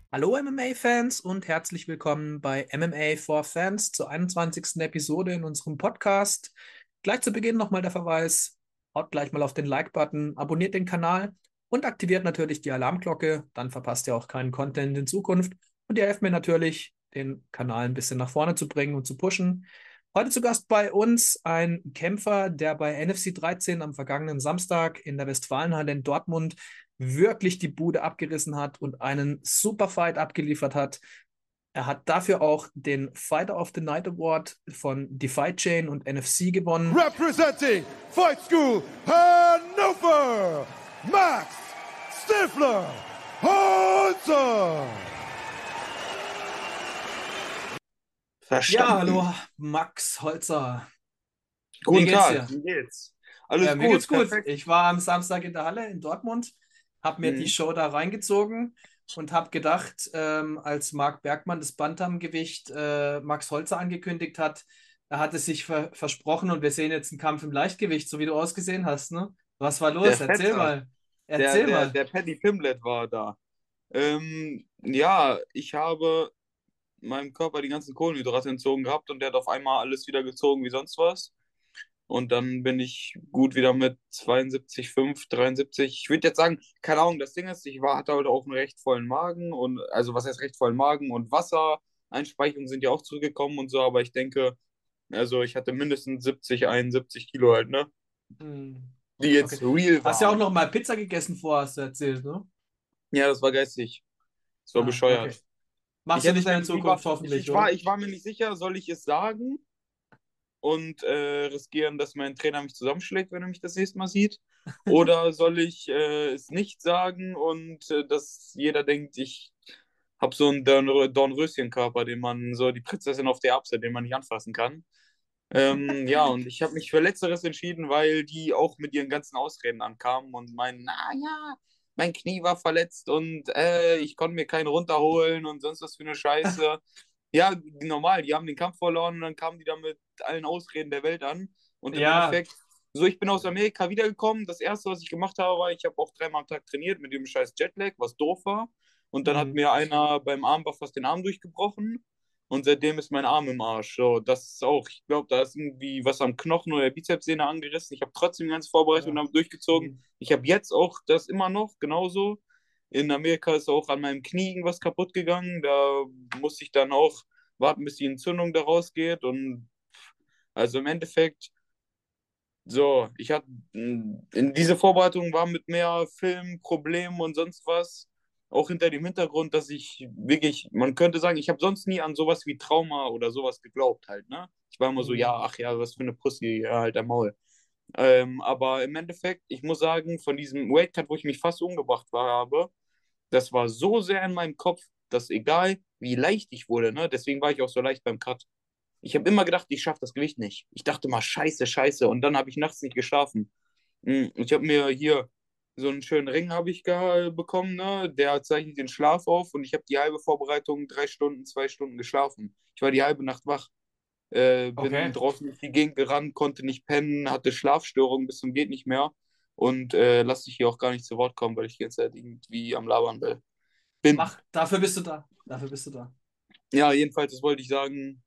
Hallo MMA-Fans und herzlich willkommen bei MMA for Fans zur 21. Episode in unserem Podcast. Gleich zu Beginn nochmal der Verweis, haut gleich mal auf den Like-Button, abonniert den Kanal und aktiviert natürlich die Alarmglocke, dann verpasst ihr auch keinen Content in Zukunft und ihr helft mir natürlich, den Kanal ein bisschen nach vorne zu bringen und zu pushen. Heute zu Gast bei uns ein Kämpfer, der bei NFC 13 am vergangenen Samstag in der Westfalenhalle in Dortmund wirklich die Bude abgerissen hat und einen super Fight abgeliefert hat. Er hat dafür auch den Fighter of the Night Award von The Fight Chain und NFC gewonnen. Representing Fight School Hannover, Max Stifler Hunter. Ja, Verstanden. hallo Max Holzer. Wie Guten geht's Tag, dir? wie geht's? Alles Mir geht's gut, gut. perfekt. Ich war am Samstag in der Halle in Dortmund, habe mir die Mhm. Show da reingezogen und habe gedacht, als Marc Bergmann das Bantamgewicht Max Holzer angekündigt hat, er hat es sich versprochen und wir sehen jetzt einen Kampf im Leichtgewicht, so wie du ausgesehen hast, ne? Was war Der los? Erzähl Fetzer, mal. der, Erzähl der, mal. der Paddy Pimblett war da. Ja, ich habe meinem Körper die ganzen Kohlenhydrate entzogen gehabt und der hat auf einmal alles wieder gezogen wie sonst was. Und dann bin ich gut wieder mit 72,5, 73. Ich würde jetzt sagen, keine Ahnung, das Ding ist, hatte heute auch einen recht vollen Magen und, also was heißt recht vollen Magen und Wassereinsprechungen sind ja auch zurückgekommen und so, aber ich denke, also ich hatte mindestens 70, 71 Kilo halt, ne? Hm. Die Okay. jetzt real Hast ja auch waren. noch mal Pizza gegessen vorher, hast du erzählt, ne? Ja, das war geistig. Das war Ah, okay. bescheuert. Ich Machst du hätte es nicht mehr in einfach lieber, Zukunft, hoffentlich, ich war, oder? ich war mir nicht sicher, soll ich es sagen und riskieren, dass mein Trainer mich zusammenschlägt, wenn er mich das nächste Mal sieht? Oder soll ich es nicht sagen und dass jeder denkt, ich habe so einen Dornröschenkörper, den man so die Prinzessin auf der Erbse, den man nicht anfassen kann. Ja, und ich habe mich für Letzteres entschieden, weil die auch mit ihren ganzen Ausreden ankamen und meinen, naja, mein Knie war verletzt und ich konnte mir keinen runterholen und sonst was für eine Scheiße. Ja, normal, die haben den Kampf verloren und dann kamen die da mit allen Ausreden der Welt an. Und im Ja. Endeffekt, so, ich bin aus Amerika wiedergekommen. Das Erste, was ich gemacht habe, war, ich habe auch dreimal am Tag trainiert mit dem scheiß Jetlag, was doof war. Und dann hat Hm. mir einer beim Armbar fast den Arm durchgebrochen. Und seitdem ist mein Arm im Arsch. So, das ist auch, ich glaube, da ist irgendwie was am Knochen oder der Bizepssehne angerissen. Ich habe trotzdem die ganze Vorbereitung Ja. damit durchgezogen. Hm. Ich habe jetzt auch das immer noch, genauso. In Amerika ist auch an meinem Knie irgendwas kaputt gegangen. Da musste ich dann auch warten, bis die Entzündung da rausgeht. Und also im Endeffekt, so, ich hatte in diese Vorbereitung war mit mehr Film, Problemen und sonst was. Auch hinter dem Hintergrund, dass ich wirklich, man könnte sagen, ich habe sonst nie an sowas wie Trauma oder sowas geglaubt halt, ne? Ich war immer so, ja, Hm. ach ja, was für eine Pussy, ja, halt am Maul. Aber im Endeffekt, ich muss sagen, von diesem Weightcut, wo ich mich fast umgebracht war, habe, das war so sehr in meinem Kopf, dass egal wie leicht ich wurde, ne? Deswegen war ich auch so leicht beim Cut. Ich habe immer gedacht, ich schaffe das Gewicht nicht. Ich dachte mal, scheiße, scheiße. Und dann habe ich nachts nicht geschlafen. Ich habe mir hier so einen schönen Ring habe ich bekommen, ne? Der zeichnet den Schlaf auf und ich habe die halbe Vorbereitung 3 Stunden, 2 Stunden geschlafen. Ich war die halbe Nacht wach. Bin Okay. draußen durch die Gegend gerannt, konnte nicht pennen, hatte Schlafstörungen bis zum geht nicht mehr und lass dich hier auch gar nicht zu Wort kommen, weil ich die ganze Zeit irgendwie am Labern bin. Dafür bist du da. Dafür bist du da. Ja, jedenfalls, das wollte ich sagen.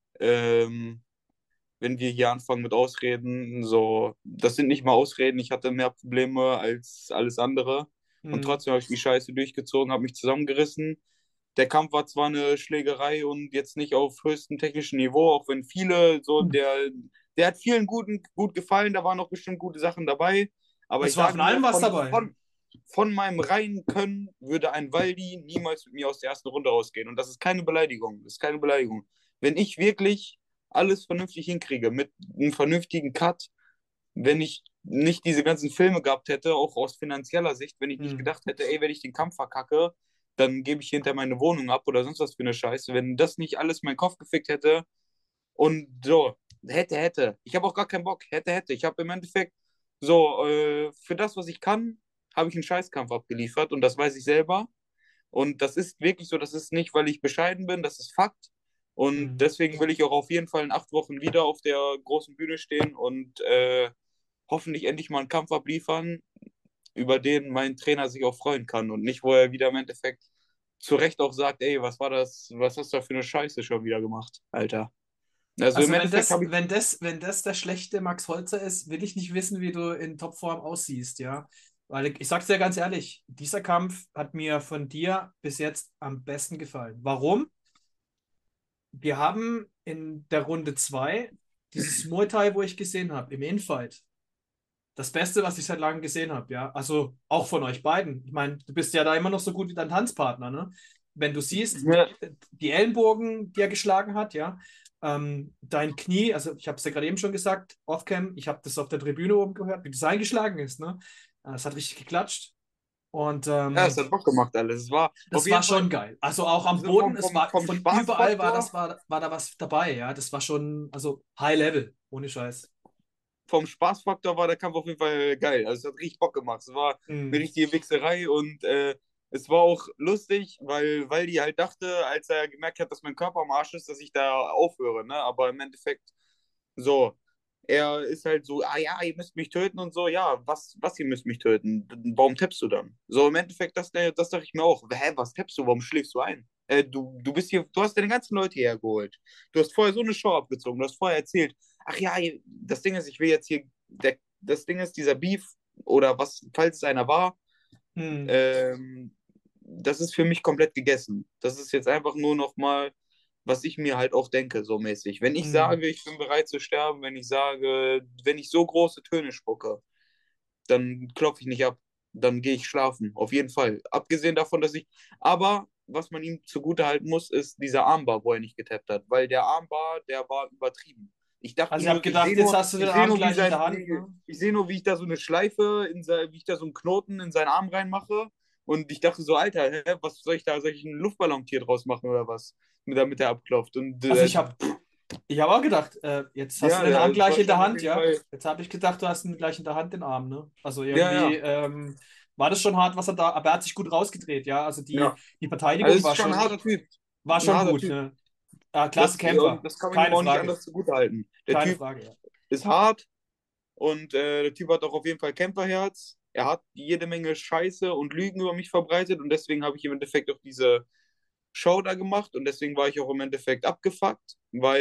Ähm, Wenn wir hier anfangen mit Ausreden, so, das sind nicht mal Ausreden, ich hatte mehr Probleme als alles andere und Hm. trotzdem habe ich die Scheiße durchgezogen, habe mich zusammengerissen. Der Kampf war zwar eine Schlägerei und jetzt nicht auf höchstem technischen Niveau, auch wenn viele so, der hat vielen gut gefallen, da waren auch bestimmt gute Sachen dabei, aber ich Es war von sage nur, allem was dabei. von meinem reinen Können würde ein Waldi niemals mit mir aus der ersten Runde rausgehen und das ist keine Beleidigung, das ist keine Beleidigung. Wenn ich wirklich alles vernünftig hinkriege, mit einem vernünftigen Cut, wenn ich nicht diese ganzen Filme gehabt hätte, auch aus finanzieller Sicht, wenn ich nicht Hm. gedacht hätte, ey, wenn ich den Kampf verkacke, dann gebe ich hinter meine Wohnung ab oder sonst was für eine Scheiße. Wenn das nicht alles meinen Kopf gefickt hätte und so, hätte. Ich habe auch gar keinen Bock, hätte. Ich habe im Endeffekt so, für das, was ich kann, habe ich einen Scheißkampf abgeliefert und das weiß ich selber. Und das ist wirklich so, das ist nicht, weil ich bescheiden bin, das ist Fakt. Und Hm. deswegen will ich auch auf jeden Fall in 8 Wochen wieder auf der großen Bühne stehen und hoffentlich endlich mal einen Kampf abliefern, über den mein Trainer sich auch freuen kann und nicht, wo er wieder im Endeffekt zu Recht auch sagt, ey, was war das, was hast du da für eine Scheiße schon wieder gemacht, Alter. Also im Also Endeffekt habe ich, wenn das der schlechte Max Holzer ist, will ich nicht wissen, wie du in Topform aussiehst, ja. Weil ich sag's dir ganz ehrlich, dieser Kampf hat mir von dir bis jetzt am besten gefallen. Warum? Wir haben in der Runde 2 dieses Muay Thai, wo ich gesehen habe, im Infight. Das Beste, was ich seit langem gesehen habe, ja. Also auch von euch beiden. Ich meine, du bist ja da immer noch so gut wie dein Tanzpartner, ne? Wenn du siehst, ne, die Ellenbogen, die er geschlagen hat, ja. Dein Knie, also ich habe es ja gerade eben schon gesagt, Offcam, ich habe das auf der Tribüne oben gehört, wie das eingeschlagen ist, ne? Das hat richtig geklatscht. Und ja, es hat Bock gemacht alles. Es war auf das war jeden Fall schon geil. Also auch am so Boden, es war vom von überall Spaßfaktor, war da was dabei, ja. Das war schon, also High Level, ohne Scheiß. war der Kampf auf jeden Fall geil. Also es hat richtig Bock gemacht. Es war eine Hm. richtige Wichserei und es war auch lustig, weil die halt dachte, als er gemerkt hat, dass mein Körper am Arsch ist, dass ich da aufhöre, ne? Aber im Endeffekt so, er ist halt so, ah ja, ihr müsst mich töten und so, ja, was ihr müsst mich töten? Warum tappst du dann? So im Endeffekt, das dachte ich mir auch, hä, was tappst du? Warum schlägst du ein? Du bist hier, du hast deine ganzen Leute hierher geholt. Du hast vorher so eine Show abgezogen, du hast vorher erzählt, ach ja, das Ding ist, ich will jetzt hier, das Ding ist, dieser Beef oder was, falls es einer war, Hm. ähm, das ist für mich komplett gegessen. Das ist jetzt einfach nur noch mal, was ich mir halt auch denke, so mäßig. Wenn ich Hm. sage, ich bin bereit zu sterben, wenn ich sage, wenn ich so große Töne spucke, dann klopfe ich nicht ab. Dann gehe ich schlafen, auf jeden Fall. Abgesehen davon, dass ich. Aber was man ihm zugute halten muss, ist dieser Armbar, wo er nicht getappt hat. Weil der Armbar, der war übertrieben. Ich dachte Also ich habe nur, gedacht, jetzt hast du den ich sehe Arm nur, gleich in der Hand, ne? ich sehe nur, wie ich da so eine Schleife wie ich da so einen Knoten in seinen Arm reinmache. Und ich dachte so, Alter, hä, was soll ich da? Soll ich einen Luftballontier draus machen oder was? Damit er abklopft. Und Also ich habe auch gedacht, jetzt hast du ja, den Arm es gleich war in der schon auf Hand, jeden ja. Fall. Jetzt habe ich gedacht, du hast ihn gleich in der Hand, den Arm, ne? Also Ja, irgendwie ja, war das schon hart, was er da, aber er hat sich gut rausgedreht, ja. Also ja. die Also Verteidigung es ist schon ein harter Typ. war Ein schon harter gut, Typ. ne? Klasse Und Kämpfer, das kann man ihm keine auch nicht Frage, anders zugutehalten. Der keine Typ Frage, ja. ist hart und der Typ hat auch auf jeden Fall Kämpferherz. Er hat jede Menge Scheiße und Lügen über mich verbreitet und deswegen habe ich im Endeffekt auch diese Show da gemacht und deswegen war ich auch im Endeffekt abgefuckt, weil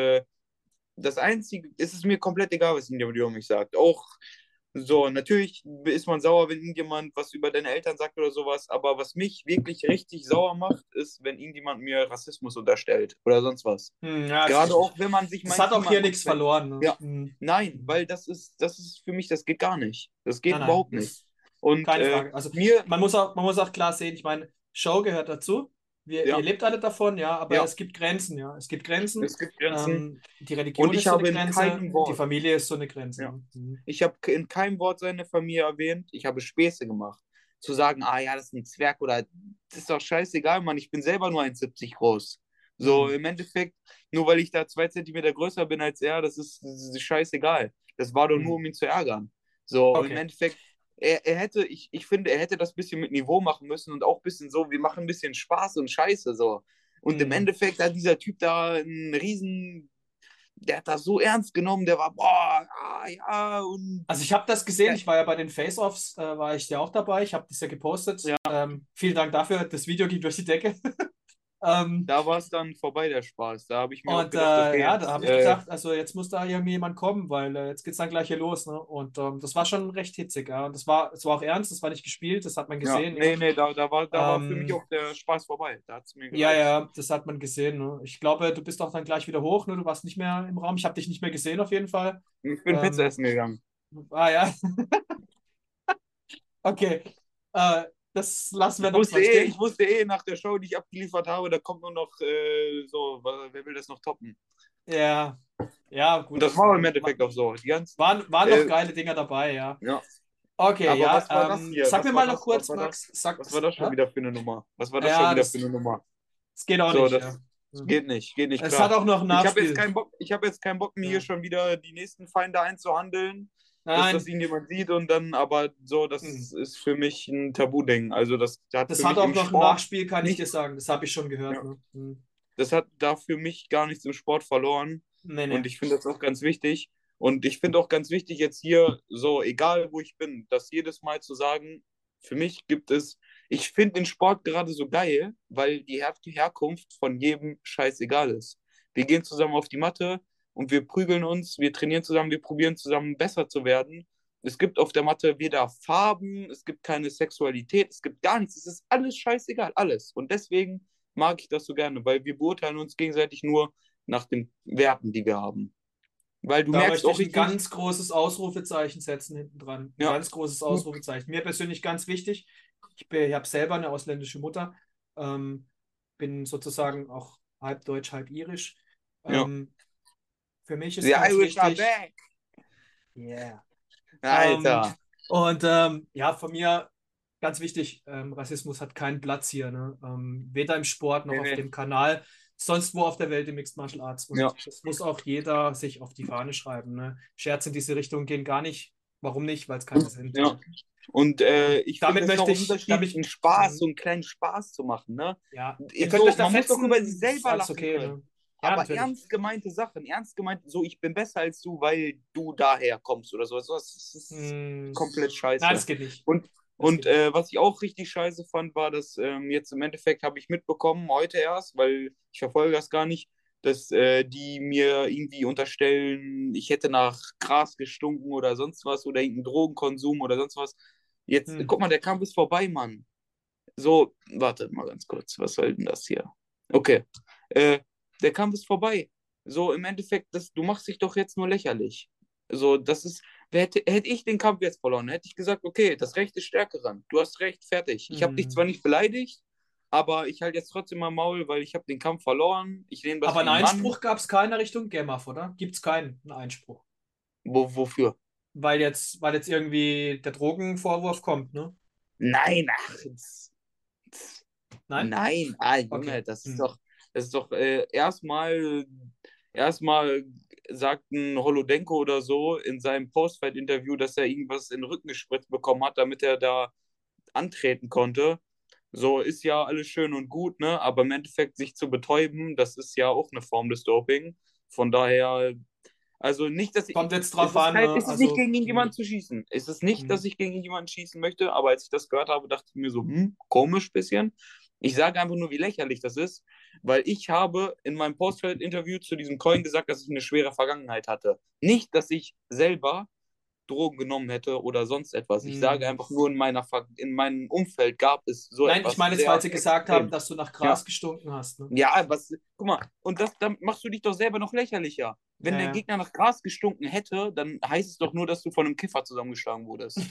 das Einzige, es ist mir komplett egal, was irgendjemand über mich sagt. Auch so, natürlich ist man sauer, wenn irgendjemand was über deine Eltern sagt oder sowas, aber was mich wirklich richtig sauer macht, ist, wenn irgendjemand mir Rassismus unterstellt oder sonst was. Ja, ist Gerade richtig. auch, wenn man sich Das mein hat Team auch hier anguckt, nichts wenn, verloren, ne? ja, nein, weil das ist für mich, das geht gar nicht. Das geht Nein, nein, überhaupt nicht. das Und keine Frage. Also mir, man muss auch klar sehen, ich meine, Show gehört dazu. Ihr ja, lebt alle davon, ja, aber ja, es gibt Grenzen, ja. Es gibt Grenzen. es gibt Grenzen Die und Religion ich ist so eine habe in Grenze, keinem die Wort, Familie ist so eine Grenze. ja, Ne? Mhm. ich habe in keinem Wort seine Familie erwähnt. Ich habe Späße gemacht. Zu sagen, ah ja, das ist ein Zwerg oder das ist doch scheißegal, Mann. Ich bin selber nur 1,70 groß. So Mhm. im Endeffekt, nur weil ich da 2 Zentimeter größer bin als er, das ist scheißegal. Das war doch nur, Mhm. um ihn zu ärgern. So, und im Okay. Endeffekt, er hätte, ich finde, er hätte das ein bisschen mit Niveau machen müssen und auch ein bisschen so, wir machen ein bisschen Spaß und Scheiße so. Und im Mhm. Endeffekt hat dieser Typ da einen riesen, der hat das so ernst genommen, der war, boah, ah, ja, und Also ich habe das gesehen, ja, ich war ja bei den Face-Offs, war ich ja auch dabei, ich habe das ja gepostet. ja, Vielen Dank dafür, das Video ging durch die Decke. ähm, da war es dann vorbei, der Spaß. Da habe ich mir auch Und gedacht, okay, ja, da jetzt, habe ich gedacht, also jetzt muss da irgendwie jemand kommen, weil jetzt geht's dann gleich hier los. Ne? Und das war schon recht hitzig. Ja? Und es war auch ernst, das war nicht gespielt, das hat man ja, gesehen. Ja, nee, da war für mich ähm, auch der Spaß vorbei. Da hat es mir ja, gereicht. ja, das hat man gesehen. Ne? Ich glaube, du bist auch dann gleich wieder hoch. Ne? Du warst nicht mehr im Raum. Ich habe dich nicht mehr gesehen auf jeden Fall. Ich bin Pizza Ähm, essen gegangen. ja, okay. Äh, das lassen wir noch mal Ich stehen. wusste eh nach der Show, die ich abgeliefert habe, da kommt nur noch so, wer will das noch toppen? Ja, ja, Und gut. das war im Endeffekt auch so. Die ganzen, Waren noch äh, geile Dinger dabei, ja. ja. Okay, Aber ja. was war das hier? Sag mir mal noch Was kurz, war Max, das? Was war das schon hä? wieder für eine Nummer? Was war das schon Ja, wieder für eine Nummer? das geht auch So, nicht, ja. das geht nicht Es hat klar. auch noch ein Nachspiel. Ich habe jetzt keinen Bock, mir hier Ja. schon wieder die nächsten Feinde einzuhandeln, dass das Nein, irgendjemand sieht und dann, aber so, hm. das ist für mich ein Tabuding. Also das hat Das für hat mich auch im noch ein Sport Nachspiel, kann ich dir nicht, sagen. Das habe ich schon gehört. ja, Ne? Hm. das hat da für mich gar nichts im Sport verloren. Nee, Und nee. ich finde das auch ganz wichtig. Und ich finde auch ganz wichtig, jetzt hier, so, egal wo ich bin, das jedes Mal zu sagen, Für mich gibt es, ich finde den Sport gerade so geil, weil die Herkunft von jedem scheißegal ist. Wir gehen zusammen auf die Matte und wir prügeln uns, wir trainieren zusammen, wir probieren zusammen besser zu werden. Es gibt auf der Matte weder Farben, es gibt keine Sexualität, es gibt gar nichts. Es ist alles scheißegal, alles. Und deswegen mag ich das so gerne, weil wir beurteilen uns gegenseitig nur nach den Werten, die wir haben. Weil du Da merkst möchte auch ich ein richtig, ganz großes Ausrufezeichen setzen hinten dran. Ein ja, ganz großes gut, Ausrufezeichen. Mir persönlich ganz wichtig. Ich habe selber eine ausländische Mutter. Ähm, bin sozusagen auch halb deutsch, halb irisch. ja. Ähm, für mich ist The ganz Irish are wichtig, back. yeah. Alter. Ja, von mir ganz wichtig, Rassismus hat keinen Platz hier, ne? Weder im Sport noch Nee, auf nee. dem Kanal, sonst wo auf der Welt im Mixed Martial Arts. Ja, Und das muss auch jeder sich auf die Fahne schreiben. Ne? Scherze in diese Richtung gehen gar nicht. Warum nicht? Weil es keine sind. ja. Ne? Und Und ich finde, damit es ist auch möchte ein ich, Unterschied, einen Spaß, so einen kleinen Spaß zu machen, ne? ja, ihr könnt euch So, da man muss doch über sich fetzen, ist selber alles lachen okay, können. ne? Ja, Aber natürlich. ernst gemeinte Sachen, ernst gemeint, so, ich bin besser als du, weil du daher kommst oder so. Das ist Hm, komplett nein, scheiße. das geht nicht. Und, Das und geht nicht. was ich auch richtig scheiße fand, war, dass jetzt im Endeffekt habe ich mitbekommen, heute erst, weil ich verfolge das gar nicht, dass die mir irgendwie unterstellen, ich hätte nach Gras gestunken oder sonst was oder irgendeinen Drogenkonsum oder sonst was. Jetzt, Hm. guck mal, der Kampf ist vorbei, Mann. So, wartet mal ganz kurz, was soll denn das hier? Okay, äh, der Kampf ist vorbei. So, im Endeffekt, du machst dich doch jetzt nur lächerlich. So, das ist, hätte ich den Kampf jetzt verloren, hätte ich gesagt, okay, das Recht ist Stärkeren. Du hast recht, fertig. Ich habe dich zwar Hm. nicht beleidigt, aber ich halte jetzt trotzdem mein Maul, weil ich habe den Kampf verloren. Ich nehme das Aber einen wie ein Mann. Einspruch gab es keiner Richtung Gemaf, oder? Gibt es keinen einen Einspruch? Wofür? Weil jetzt irgendwie der Drogenvorwurf kommt, ne? Nein, ach, Nein? nein, Okay. Junge, das ist doch erstmal sagt ein Holodenko oder so in seinem Postfight-Interview, dass er irgendwas in den Rücken gespritzt bekommen hat, damit er da antreten konnte. So ist ja alles schön und gut, ne? Aber im Endeffekt sich zu betäuben, das ist ja auch eine Form des Doping. Von daher, also nicht, dass ich, Kommt jetzt drauf an, es ist nicht also, gegen irgendjemanden zu schießen. Es ist nicht, dass ich gegen irgendjemanden schießen möchte, aber als ich das gehört habe, dachte ich mir so, komisch bisschen. Ich sage einfach nur, wie lächerlich das ist, weil ich habe in meinem Postfeld-Interview zu diesem Coin gesagt, dass ich eine schwere Vergangenheit hatte. Nicht, dass ich selber Drogen genommen hätte oder sonst etwas. Ich sage hm. einfach nur, in meinem Umfeld gab es so Nein, ich etwas meine jetzt, weil sehr sie gesagt haben, extrem. dass du nach Gras Ja, gestunken hast, ne? ja, guck mal, und damit machst du dich doch selber noch lächerlicher. Wenn Ja, der ja. Gegner nach Gras gestunken hätte, dann heißt es doch nur, dass du von einem Kiffer zusammengeschlagen wurdest.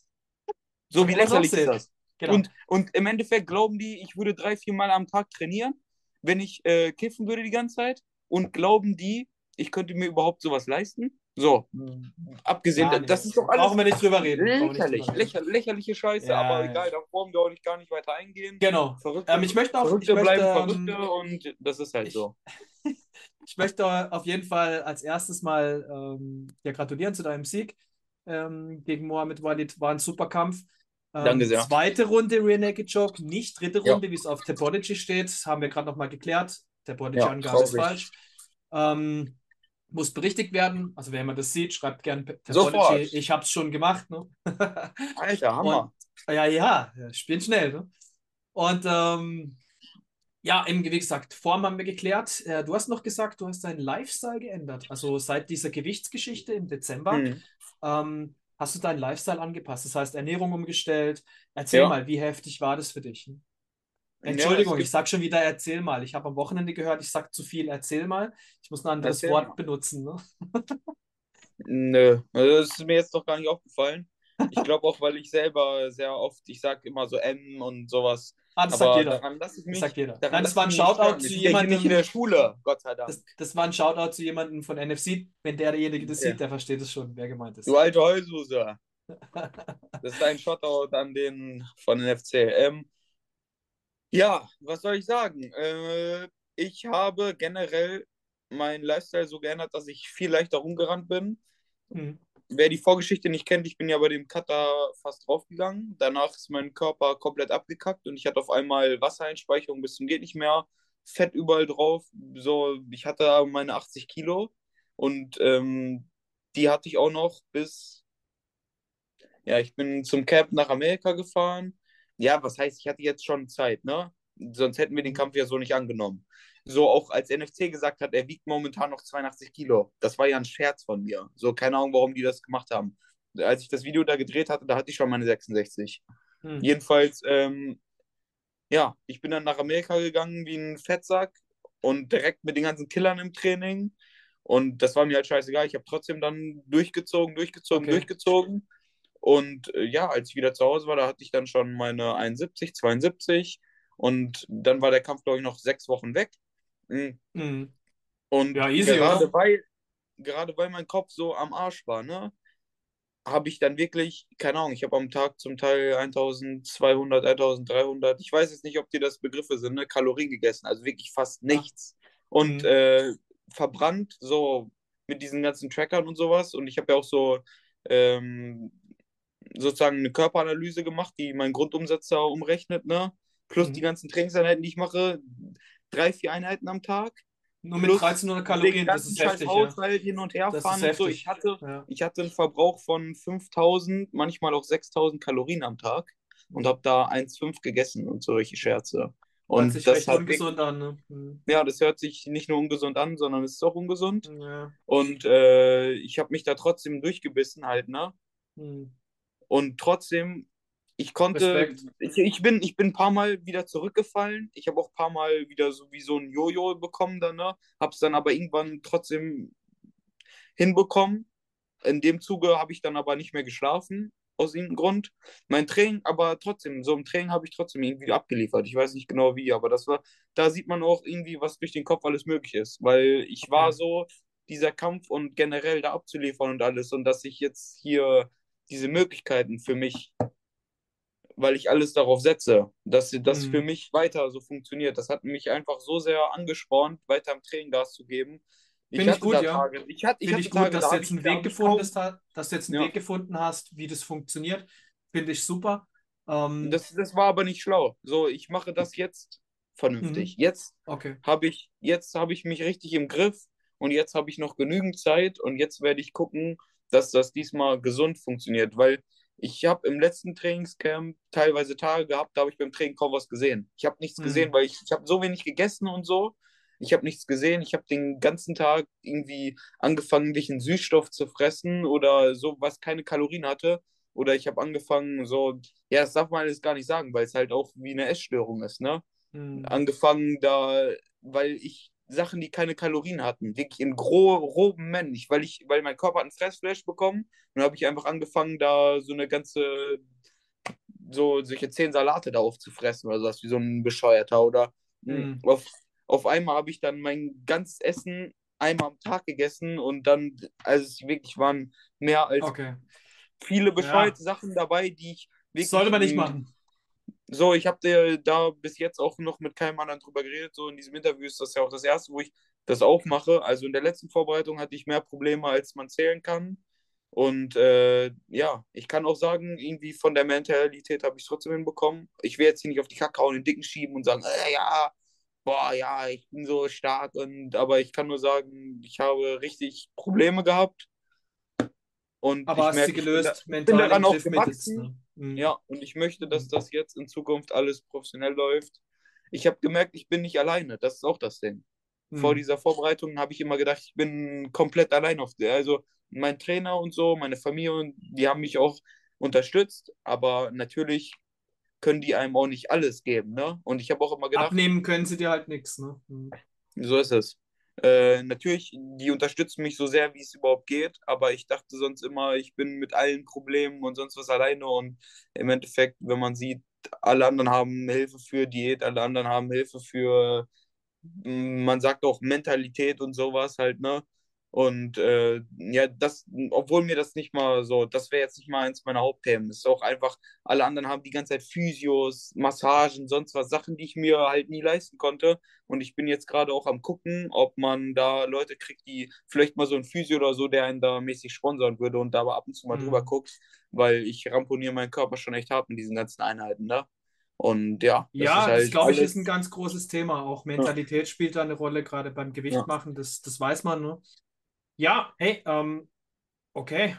So So wie kann man es auch lächerlich ist sehen. das? Genau. Und im Endeffekt glauben die, ich würde 3, 4 Mal am Tag trainieren, wenn ich kiffen würde die ganze Zeit. Und glauben die, ich könnte mir überhaupt sowas leisten? So, abgesehen, Ja, nee. das ist doch Brauchen alles wir nicht drüber reden. Brauchen wir nicht drüber lächerlich. reden. Lächerliche Scheiße, aber Ja, ja. egal, da wollen wir auch gar nicht weiter eingehen. Genau. Verrückte, Ich Verrückte möchte, bleiben Verrückte und das ist halt ich, so. ich möchte auf jeden Fall als erstes mal dir gratulieren zu deinem Sieg gegen Mohamed Walid. War ein super Kampf. Danke sehr. Zweite Runde Rear Naked Choke, nicht dritte Ja, Runde, wie es auf Topology steht. Haben wir gerade nochmal geklärt. ja, Topology-Angabe ist traurig. falsch. Ähm, muss berichtigt werden. Also wenn man das sieht, schreibt gerne Topology. Sofort. Ich habe es schon gemacht. Ne? Alter, Und Hammer. ja, spielen schnell. Ne? Und ja, eben wie gesagt, Form haben wir geklärt. Du hast noch gesagt, du hast deinen Lifestyle geändert. Also seit dieser Gewichtsgeschichte im Dezember Hm. hast du deinen Lifestyle angepasst. Das heißt, Ernährung umgestellt. Erzähl Ja. mal, wie heftig war das für dich? Ja, es Entschuldigung, ich gibt. sag schon wieder, erzähl mal. Ich habe am Wochenende gehört, ich sag zu viel, erzähl mal. Ich muss ein anderes Erzähl Wort mal. benutzen. Ne? Nö, also das ist mir jetzt noch gar nicht aufgefallen. Ich glaube auch, weil ich selber sehr oft, ich sage immer so M und sowas, Ah, das sagt aber jeder. Das sagt jeder. daran Nein, das lasse war ich ein mich nicht Shoutout stören. zu Wir sind ja hier nicht in der jemandem. Schule, Gott sei Dank. Das war ein Shoutout zu jemandem von NFC. Wenn derjenige das Okay. sieht, der versteht es schon, wer gemeint Du ist. alte Heulsuse. Das ist ein Shoutout an den von den FC. Ja, was soll ich sagen? Ich habe generell meinen Lifestyle so geändert, dass ich viel leichter rumgerannt bin. Hm. Wer die Vorgeschichte nicht kennt, ich bin ja bei dem Cutter fast draufgegangen. Danach ist mein Körper komplett abgekackt und ich hatte auf einmal Wassereinspeicherung bis zum geht nicht mehr, Fett überall drauf. So, ich hatte meine 80 Kilo und die hatte ich auch noch bis Ja, ich bin zum Camp nach Amerika gefahren. Ja, was heißt, ich hatte jetzt schon Zeit, ne? Sonst hätten wir den Mhm. Kampf ja so nicht angenommen. So auch als NFC gesagt hat, er wiegt momentan noch 82 Kilo. Das war ja ein Scherz von mir. So, keine Ahnung, warum die das gemacht haben. Als ich das Video da gedreht hatte, da hatte ich schon meine 66. Mhm. Jedenfalls, ja, ich bin dann nach Amerika gegangen wie ein Fettsack und direkt mit den ganzen Killern im Training. Und das war mir halt scheißegal. Ich habe trotzdem dann Okay. durchgezogen. Und ja, als ich wieder zu Hause war, da hatte ich dann schon meine 71, 72. Und dann war der Kampf, glaube ich, noch 6 Wochen weg. Mm. Mhm. Und Ja, easy, oder? gerade weil mein Kopf so am Arsch war, ne, habe ich dann wirklich, keine Ahnung, ich habe am Tag zum Teil 1200, 1300, ich weiß jetzt nicht, ob dir das Begriffe sind, ne, Kalorien gegessen, also wirklich fast Ja. nichts. Und Mhm. verbrannt so mit diesen ganzen Trackern und sowas. Und ich habe ja auch so ähm, sozusagen eine Körperanalyse gemacht, die meinen Grundumsatz da umrechnet, ne? Plus die Mhm. ganzen Trainingseinheiten, die ich mache, 3, 4 Einheiten am Tag, Nur mit plus 1300 den Kalorien, das ganzen ist scheiß heftig, ja. Haushalt hin und her Das ist fahren und so. heftig. Ja. Ich hatte einen Verbrauch von 5000, manchmal auch 6000 Kalorien am Tag und Mhm. habe da 1,5 gegessen und solche Scherze. Hört Und sich das recht hat ungesund wirklich, an, ne? Mhm. ja, das hört sich nicht nur ungesund an, sondern es ist auch ungesund. Ja. Und ich habe mich da trotzdem durchgebissen halt, ne? Mhm. Und trotzdem, Respekt. ich bin ein paar Mal wieder zurückgefallen. Ich habe auch ein paar Mal wieder so wie so ein Jojo bekommen dann, ne? Hab's dann aber irgendwann trotzdem hinbekommen. In dem Zuge habe ich dann aber nicht mehr geschlafen, aus irgendeinem Grund. Mein Training, aber trotzdem, so im Training habe ich trotzdem irgendwie abgeliefert. Ich weiß nicht genau wie, aber da sieht man auch irgendwie, was durch den Kopf alles möglich ist. Weil ich war Okay. so, dieser Kampf und generell da abzuliefern und alles und dass ich jetzt hier diese Möglichkeiten für mich, weil ich alles darauf setze, dass das für Mhm. mich weiter so funktioniert. Das hat mich einfach so sehr angespornt, weiter im Training Gas zu geben. Ich Finde ich hatte gut, da ja. Tage, ich Finde ich hatte gut, Tage, dass du jetzt einen da Weg habe ich gefunden kaum, hast, dass du jetzt einen ja, Weg gefunden hast, wie das funktioniert. Finde ich super. Ähm, das war aber nicht schlau. So, ich mache das jetzt vernünftig. mhm. Okay. Jetzt habe ich mich richtig im Griff und jetzt habe ich noch genügend Zeit und jetzt werde ich gucken, dass das diesmal gesund funktioniert, weil ich habe im letzten Trainingscamp teilweise Tage gehabt, da habe ich beim Training kaum was gesehen. Ich habe nichts gesehen, Mhm. weil ich habe so wenig gegessen und so. Ich habe nichts gesehen. Ich habe den ganzen Tag irgendwie angefangen, welchen Süßstoff zu fressen oder so, was keine Kalorien hatte. Oder ich habe angefangen, so, ja, das darf man alles gar nicht sagen, weil es halt auch wie eine Essstörung ist, ne? Mhm. Angefangen da, weil ich Sachen, die keine Kalorien hatten, wirklich in groben Mengen, nicht, weil mein Körper hat einen Fressflash bekommen und dann habe ich einfach angefangen, da so eine ganze, so solche 10 Salate da aufzufressen oder sowas, wie so ein Bescheuerter. Oder mh, Mhm. auf einmal habe ich dann mein ganzes Essen einmal am Tag gegessen und dann, also es wirklich waren mehr als Okay. viele Ja. bescheuerte Sachen dabei, die ich Sollte wirklich man nicht machen. so, ich habe da bis jetzt auch noch mit keinem anderen drüber geredet. So in diesem Interview ist das ja auch das erste, wo ich das aufmache. Also in der letzten Vorbereitung hatte ich mehr Probleme, als man zählen kann. Und ja, ich kann auch sagen, irgendwie von der Mentalität habe ich es trotzdem hinbekommen. Ich will jetzt hier nicht auf die Kacke hauen, den Dicken schieben und sagen, ja, boah, ja, ich bin so stark. Aber ich kann nur sagen, ich habe richtig Probleme gehabt. Und Aber ich hast sie merke, gelöst, ich bin mental im daran auch Griff mit jetzt, gewachsen. ne? Mhm. Ja, und ich möchte, dass Mhm. das jetzt in Zukunft alles professionell läuft. Ich habe gemerkt, ich bin nicht alleine. Das ist auch das Ding. Vor Mhm. dieser Vorbereitung habe ich immer gedacht, ich bin komplett allein auf der. Also mein Trainer und so, meine Familie, und die haben mich auch unterstützt. Aber natürlich können die einem auch nicht alles geben, ne? Und ich habe auch immer gedacht, Abnehmen können sie dir halt nichts, ne? Mhm. so ist es. Natürlich, die unterstützen mich so sehr, wie es überhaupt geht, aber ich dachte sonst immer, ich bin mit allen Problemen und sonst was alleine und im Endeffekt, wenn man sieht, alle anderen haben Hilfe für Diät, alle anderen haben Hilfe für, man sagt auch Mentalität und sowas halt, ne? Und ja, obwohl mir das nicht mal so, das wäre jetzt nicht mal eins meiner Hauptthemen. Es ist auch einfach, alle anderen haben die ganze Zeit Physios, Massagen, sonst was, Sachen, die ich mir halt nie leisten konnte. Und ich bin jetzt gerade auch am gucken, ob man da Leute kriegt, die vielleicht mal so ein Physio oder so, der einen da mäßig sponsern würde und da aber ab und zu mal drüber Mhm. guckt, weil ich ramponiere meinen Körper schon echt hart mit diesen ganzen Einheiten da. Und ja, das ist Ja, das halt glaube ich ist ein alles. ganz großes Thema. Auch Ja, Mentalität spielt da eine Rolle, gerade beim ja. Gewicht machen, das weiß man, ne? Ja, hey, okay.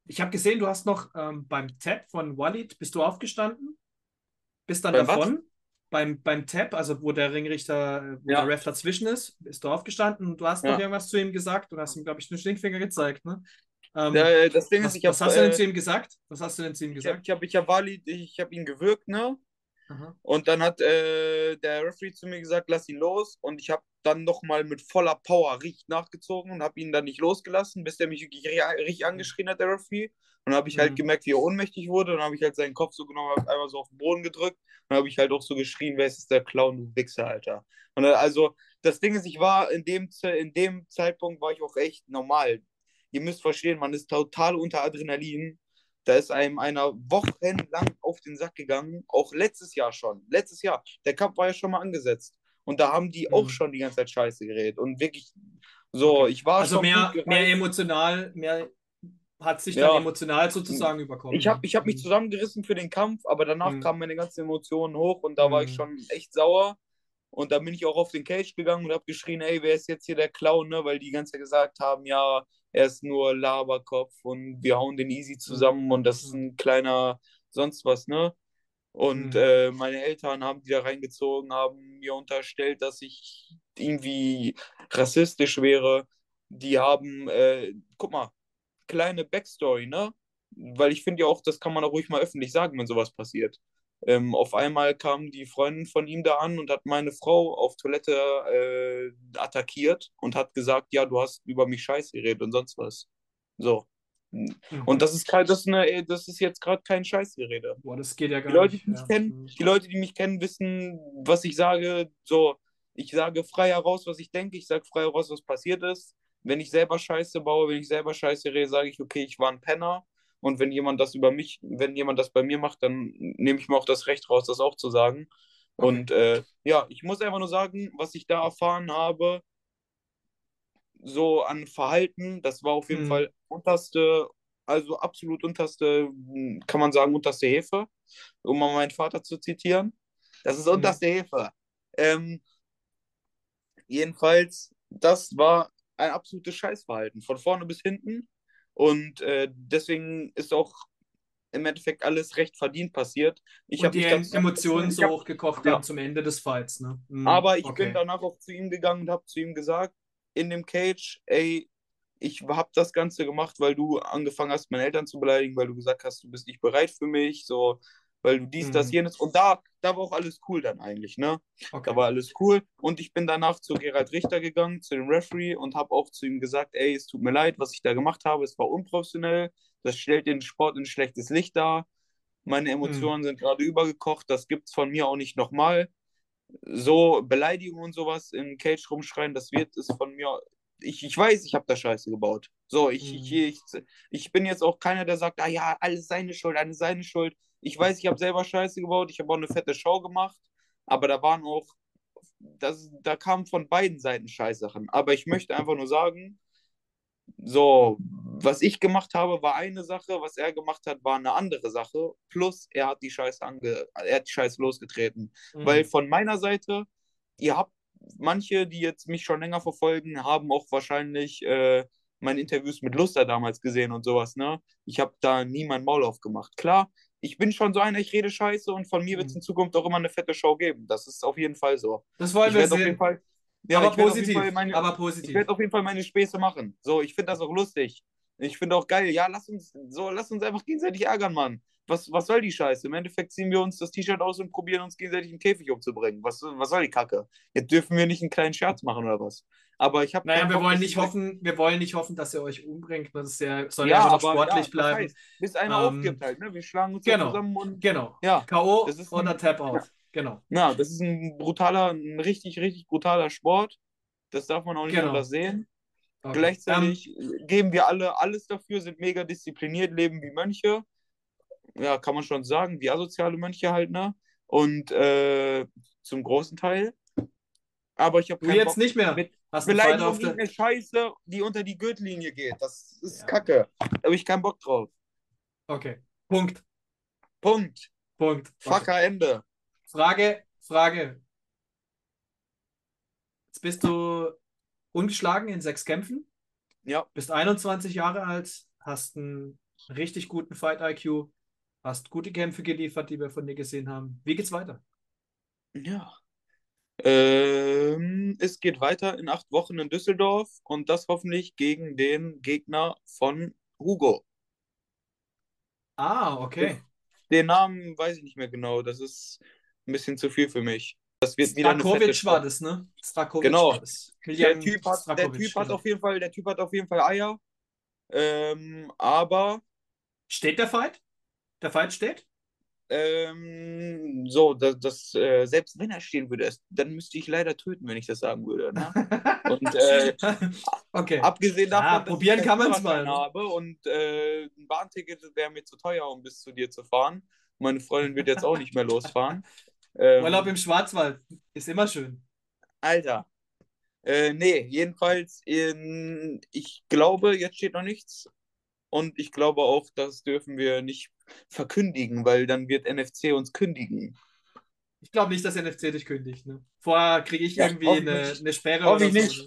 Ich habe gesehen, du hast noch beim Tap von Walid, bist du aufgestanden? Bist dann Beim was? davon? Beim Tap, also wo der Ringrichter, wo der Ja, Ref dazwischen ist, bist du aufgestanden und du hast noch ja. irgendwas zu ihm gesagt und hast ihm, glaube ich, den Stinkfinger gezeigt, ne? Das Ding ist, Was hast du denn zu ihm gesagt? Was hast du denn zu ihm gesagt? ich hab ihn gewürgt, ne? Aha. Und dann hat der Referee zu mir gesagt, lass ihn los. Und ich habe dann nochmal mit voller Power richtig nachgezogen und habe ihn dann nicht losgelassen, bis der mich wirklich richtig angeschrien hat, der Referee. Und dann habe ich halt Mhm. gemerkt, wie er ohnmächtig wurde. Und dann habe ich halt seinen Kopf so genommen, hab einmal so auf den Boden gedrückt. Und dann habe ich halt auch so geschrien, wer ist der Clown, du Wichser, Alter. Und dann, also, das Ding ist, ich war in dem Zeitpunkt war ich auch echt normal. Ihr müsst verstehen, man ist total unter Adrenalin. Da ist einem einer wochenlang auf den Sack gegangen, auch letztes Jahr schon. Letztes Jahr. Der Cup war ja schon mal angesetzt. Und da haben die auch Mhm. schon die ganze Zeit Scheiße geredet. Und wirklich, so, Okay. ich war Also schon gut mehr gereizt. emotional, mehr hat sich dann Ja, emotional sozusagen überkommen, ja. ich hab mich Mhm. zusammengerissen für den Kampf, aber danach Mhm. kamen meine ganzen Emotionen hoch und da war ich Mhm. schon echt sauer. Und dann bin ich auch auf den Cage gegangen und habe geschrien, ey, wer ist jetzt hier der Clown, ne? Weil die ganze Zeit gesagt haben, ja, er ist nur Laberkopf und wir hauen den easy zusammen und das ist Mhm. ein kleiner sonst was, ne? Und Mhm. meine Eltern haben die da reingezogen, haben mir unterstellt, dass ich irgendwie rassistisch wäre. Die haben, guck mal, kleine Backstory, ne? Weil ich finde ja auch, das kann man auch ruhig mal öffentlich sagen, wenn sowas passiert. Auf einmal kam die Freundin von ihm da an und hat meine Frau auf Toilette attackiert und hat gesagt, ja, du hast über mich Scheiße geredet und sonst was. So. Und Mhm. das ist jetzt gerade kein Scheißgerede. Boah, das geht ja gar nicht. Ja. Mhm. Die Leute, die mich kennen, wissen, was ich sage. So, ich sage frei heraus, was ich denke, ich sage frei heraus, was passiert ist. Wenn ich selber Scheiße baue, wenn ich selber Scheiße rede, sage ich, okay, ich war ein Penner. Und wenn jemand das bei mir macht, dann nehme ich mir auch das Recht raus, das auch zu sagen. Okay. Und ja, ich muss einfach nur sagen, was ich da erfahren habe, so an Verhalten, das war auf jeden Mhm. Fall also absolut unterste, kann man sagen, unterste Hefe, um mal meinen Vater zu zitieren. Das ist Mhm. unterste Hefe. Ähm, Jedenfalls, das war ein absolutes Scheißverhalten, von vorne bis hinten. Und deswegen ist auch im Endeffekt alles recht verdient passiert. Ich Und habe die mich da zusammengeschmissen, Emotionen so hochgekocht dann ja, zum Ende des Fights, ne? Mhm. aber ich bin Okay. danach auch zu ihm gegangen und habe zu ihm gesagt, in dem Cage, ey, ich habe das Ganze gemacht, weil du angefangen hast, meine Eltern zu beleidigen, weil du gesagt hast, du bist nicht bereit für mich, so, weil du dies, das, Mhm. jenes. Und da war auch alles cool dann eigentlich, ne? Da Okay. war alles cool. Und ich bin danach zu Gerald Richter gegangen, zu dem Referee, und habe auch zu ihm gesagt, ey, es tut mir leid, was ich da gemacht habe, es war unprofessionell, das stellt den Sport in ein schlechtes Licht dar. Meine Mhm. Emotionen sind gerade übergekocht, das gibt's von mir auch nicht nochmal. So Beleidigungen und sowas im Cage rumschreien, das wird es von mir. Ich weiß, ich habe da Scheiße gebaut. So, Mhm. ich bin jetzt auch keiner, der sagt, ah ja, alles seine Schuld, alles seine Schuld. Ich weiß, ich habe selber Scheiße gebaut, ich habe auch eine fette Show gemacht, aber da kamen von beiden Seiten Scheißsachen. Aber ich möchte einfach nur sagen, so, was ich gemacht habe, war eine Sache, was er gemacht hat, war eine andere Sache. Plus, er hat die Scheiße losgetreten. Weil Mhm. von meiner Seite, ihr habt manche, die jetzt mich schon länger verfolgen, haben auch wahrscheinlich meine Interviews mit Luster damals gesehen und sowas, ne? Ich habe da nie mein Maul aufgemacht. Klar, ich bin schon so einer, ich rede Scheiße und von mir wird es Mhm. in Zukunft auch immer eine fette Show geben. Das ist auf jeden Fall so. Das wollen Ich wir werde auf jeden sehen. Fall, ja, Aber ich werde auf jeden Fall positiv. Aber ich positiv. werde auf jeden Fall meine Späße machen. So, ich finde das auch lustig. Ich finde auch geil. Ja, lass uns einfach gegenseitig ärgern, Mann. Was soll die Scheiße? Im Endeffekt ziehen wir uns das T-Shirt aus und probieren uns gegenseitig im Käfig umzubringen. Was soll die Kacke? Jetzt dürfen wir nicht einen kleinen Scherz machen oder was? Aber ich habe Naja, keinen Bock, dass die. wir wollen nicht hoffen, dass ihr euch umbringt. Soll ja Ja, immer noch aber ja, sportlich was bleiben. heißt? Bis einer aufgibt Ähm, halt, ne? Wir schlagen uns da genau, zusammen und genau. ja, K.O. das ist oder ja, Tap-Out. Genau, das ist ein richtig, richtig brutaler Sport. Das darf man auch nicht anders genau. sehen. Okay. Gleichzeitig geben wir alle alles dafür, sind mega diszipliniert, leben wie Mönche. Ja, kann man schon sagen, wie asoziale Mönche halt, ne? Und zum großen Teil. Aber ich habe Du keinen jetzt Bock nicht mehr. mit Hast einen Fight Beleidigung, auf der. irgendeine Scheiße, die unter die Gürtellinie geht. Das ist Ja, Kacke. Da habe ich keinen Bock drauf. okay. Punkt. Punkt. Punkt. Okay. Fucker Ende. Frage. Jetzt bist du ungeschlagen in 6 Kämpfen, Ja, bist 21 Jahre alt, hast einen richtig guten Fight-IQ. Hast gute Kämpfe geliefert, die wir von dir gesehen haben. Wie geht's weiter? Ja. Es geht weiter in 8 Wochen in Düsseldorf und das hoffentlich gegen den Gegner von Hugo. Ah, okay. Den Namen weiß ich nicht mehr genau. Das ist ein bisschen zu viel für mich. Das wird wieder eine fette Strakovic war Show. das, ne? Strakovic war Genau. das. Der Miljan Typ hat, der Strakovic, Typ hat genau. auf jeden Fall, der Typ hat auf jeden Fall Eier. Aber Steht der Fight? Der Fight steht? so, selbst wenn er stehen würde, dann müsste ich leider töten, wenn ich das sagen würde. Ne? Und Okay. abgesehen Ja, davon, dass ich probieren keinen kann man es mal, Führerschein ne? habe und ein Bahnticket wäre mir zu teuer, um bis zu dir zu fahren. Meine Freundin wird jetzt auch nicht mehr losfahren. Urlaub Ähm, im Schwarzwald ist immer schön. Alter, nee, jedenfalls, ich glaube, jetzt steht noch nichts. Und ich glaube auch, das dürfen wir nicht verkündigen, weil dann wird NFC uns kündigen. Ich glaube nicht, dass NFC dich kündigt, ne? Vorher kriege ich Ja, irgendwie hoffe ich eine, nicht. eine Sperre Hoffe oder ich so. nicht. Ne?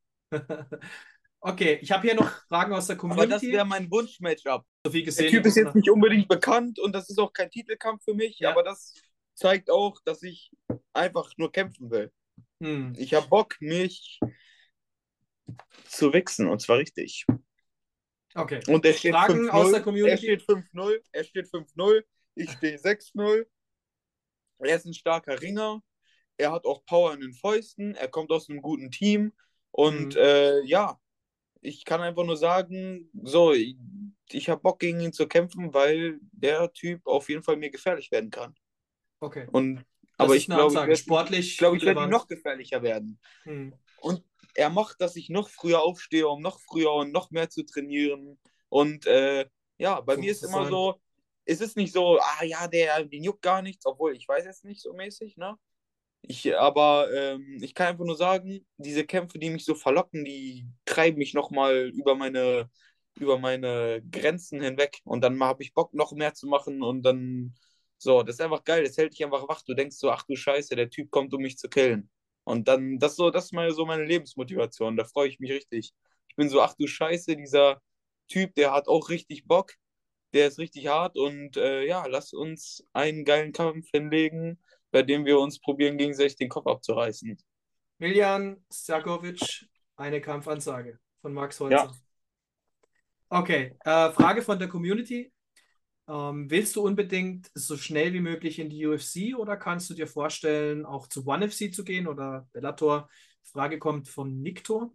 Okay, ich habe hier noch Fragen aus der Aber das Community. wäre mein Wunsch-Matchup. So viel Der gesehen Typ jetzt. ist jetzt nicht unbedingt bekannt und das ist auch kein Titelkampf für mich, Ja. aber das zeigt auch, dass ich einfach nur kämpfen will. Hm. Ich habe Bock, mich zu wichsen und zwar richtig. Okay. Und er steht Fragen aus der 5-0, er steht Community? 5-0, er steht 5-0, ich stehe 6-0. Er ist ein starker Ringer, er hat auch Power in den Fäusten, er kommt aus einem guten Team und Hm. ja, ich kann einfach nur sagen, so, ich habe Bock gegen ihn zu kämpfen, weil der Typ auf jeden Fall mir gefährlich werden kann. Okay. Und Das aber ist ich eine glaube, Ansage. Sportlich ich werde ihm relevant. noch gefährlicher werden. Hm. Und er macht, dass ich noch früher aufstehe, um noch früher und noch mehr zu trainieren. Und ja, bei So mir muss ist es immer sein. so, es ist nicht so, ah ja, den juckt gar nichts, obwohl ich weiß jetzt nicht so mäßig, ne? Aber ich kann einfach nur sagen, diese Kämpfe, die mich so verlocken, die treiben mich nochmal über meine Grenzen hinweg. Und dann habe ich Bock, noch mehr zu machen. Und dann, so, das ist einfach geil. Das hält dich einfach wach. Du denkst so, ach du Scheiße, der Typ kommt, um mich zu killen. Und dann, das ist so meine Lebensmotivation. Da freue ich mich richtig. Ich bin so, ach du Scheiße, dieser Typ, der hat auch richtig Bock. Der ist richtig hart. Und ja, lass uns einen geilen Kampf hinlegen, bei dem wir uns probieren, gegenseitig den Kopf abzureißen. Miljan Stjakovic, eine Kampfansage von Max Ja, Holzer. Okay, Frage von der Community. Willst du unbedingt so schnell wie möglich in die UFC oder kannst du dir vorstellen, auch zu ONE FC zu gehen oder Bellator? Frage kommt von Nikto.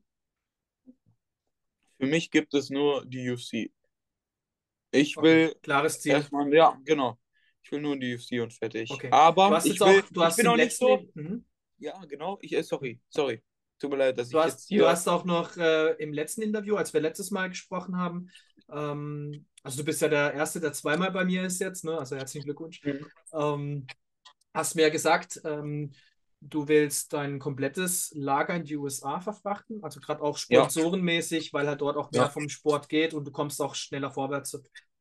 für mich gibt es nur die UFC. Ich Okay, will klares Ziel. erstmal, ja, genau. Ich will nur in die UFC und fertig. Okay. Du Aber hast jetzt auch, du ich hast bin im auch nicht letzten, so, Mhm. ja, genau, sorry. Tut mir leid, dass Du ich hast, jetzt du hier, hast auch noch im letzten Interview, als wir letztes Mal gesprochen haben, also du bist ja der Erste, der zweimal bei mir ist jetzt, ne? Also herzlichen Glückwunsch. Ähm, Hast mir ja gesagt, du willst dein komplettes Lager in die USA verfrachten, also gerade auch ja, sponsorenmäßig, weil halt dort auch mehr ja. vom Sport geht und du kommst auch schneller vorwärts.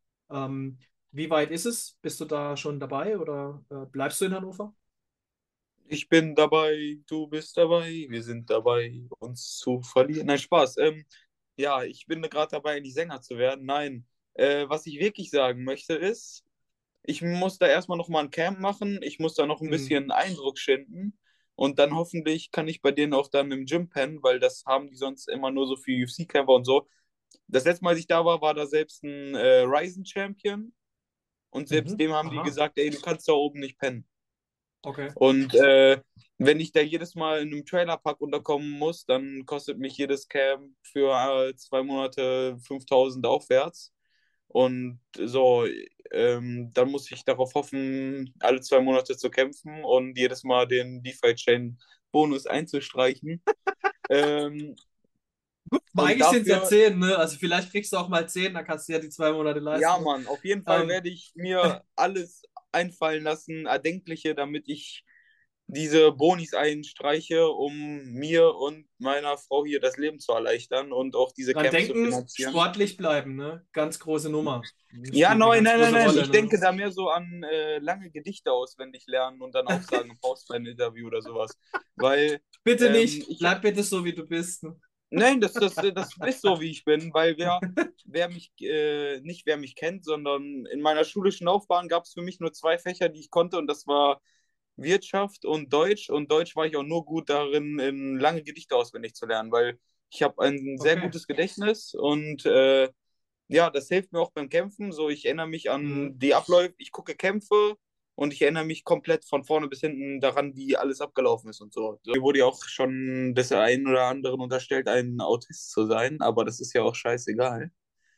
Wie weit ist es? Bist du da schon dabei oder bleibst du in Hannover? Ich bin dabei, du bist dabei, wir sind dabei, uns zu verlieren. Nein, Spaß. Ja, ich bin gerade dabei, endlich Sänger zu werden. Nein, was ich wirklich sagen möchte ist, ich muss da erstmal noch mal ein Camp machen. Ich muss da noch ein Hm. bisschen Eindruck schinden. Und dann hoffentlich kann ich bei denen auch dann im Gym pennen, weil das haben die sonst immer nur so für UFC-Kämpfer und so. Das letzte Mal, als ich da war, war da selbst ein Ryzen-Champion. Und selbst Mhm. dem haben die Aha, gesagt, ey, du kannst da oben nicht pennen. okay. Und wenn ich da jedes Mal in einem Trailerpark unterkommen muss, dann kostet mich jedes Camp für 2 Monate 5.000 aufwärts. Und so, dann muss ich darauf hoffen, alle 2 Monate zu kämpfen und jedes Mal den DeFi-Chain-Bonus einzustreichen. ähm, und Eigentlich sind es ja dafür, 10, ne? Also vielleicht kriegst du auch mal 10, dann kannst du ja die 2 Monate ja, leisten. Ne? Mann, auf jeden Fall Ähm, werde ich mir alles einfallen lassen, Erdenkliche, damit ich diese Bonis einstreiche, um mir und meiner Frau hier das Leben zu erleichtern und auch diese Dran Camps zu denken, finanzieren. sportlich bleiben, ne? Ganz große Nummer. Ja, Spielt eine ganz große nein. Rolle, Ich ne? denke da mehr so an lange Gedichte auswendig lernen und dann auch sagen im Postbein-Interview oder sowas. Weil Bitte nicht. ich, Bleib bitte so, wie du bist. Ne? Nein, das ist so, wie ich bin, weil nicht wer mich kennt, sondern in meiner schulischen Laufbahn gab es für mich nur zwei Fächer, die ich konnte, und das war Wirtschaft und Deutsch. Und Deutsch war ich auch nur gut darin, in lange Gedichte auswendig zu lernen, weil ich habe ein sehr Okay. gutes Gedächtnis und ja, das hilft mir auch beim Kämpfen. So, ich erinnere mich Mhm. an die Abläufe, ich gucke Kämpfe und ich erinnere mich komplett von vorne bis hinten daran, wie alles abgelaufen ist und so. Mir wurde ja auch schon des einen oder anderen unterstellt, ein Autist zu sein, aber das ist ja auch scheißegal.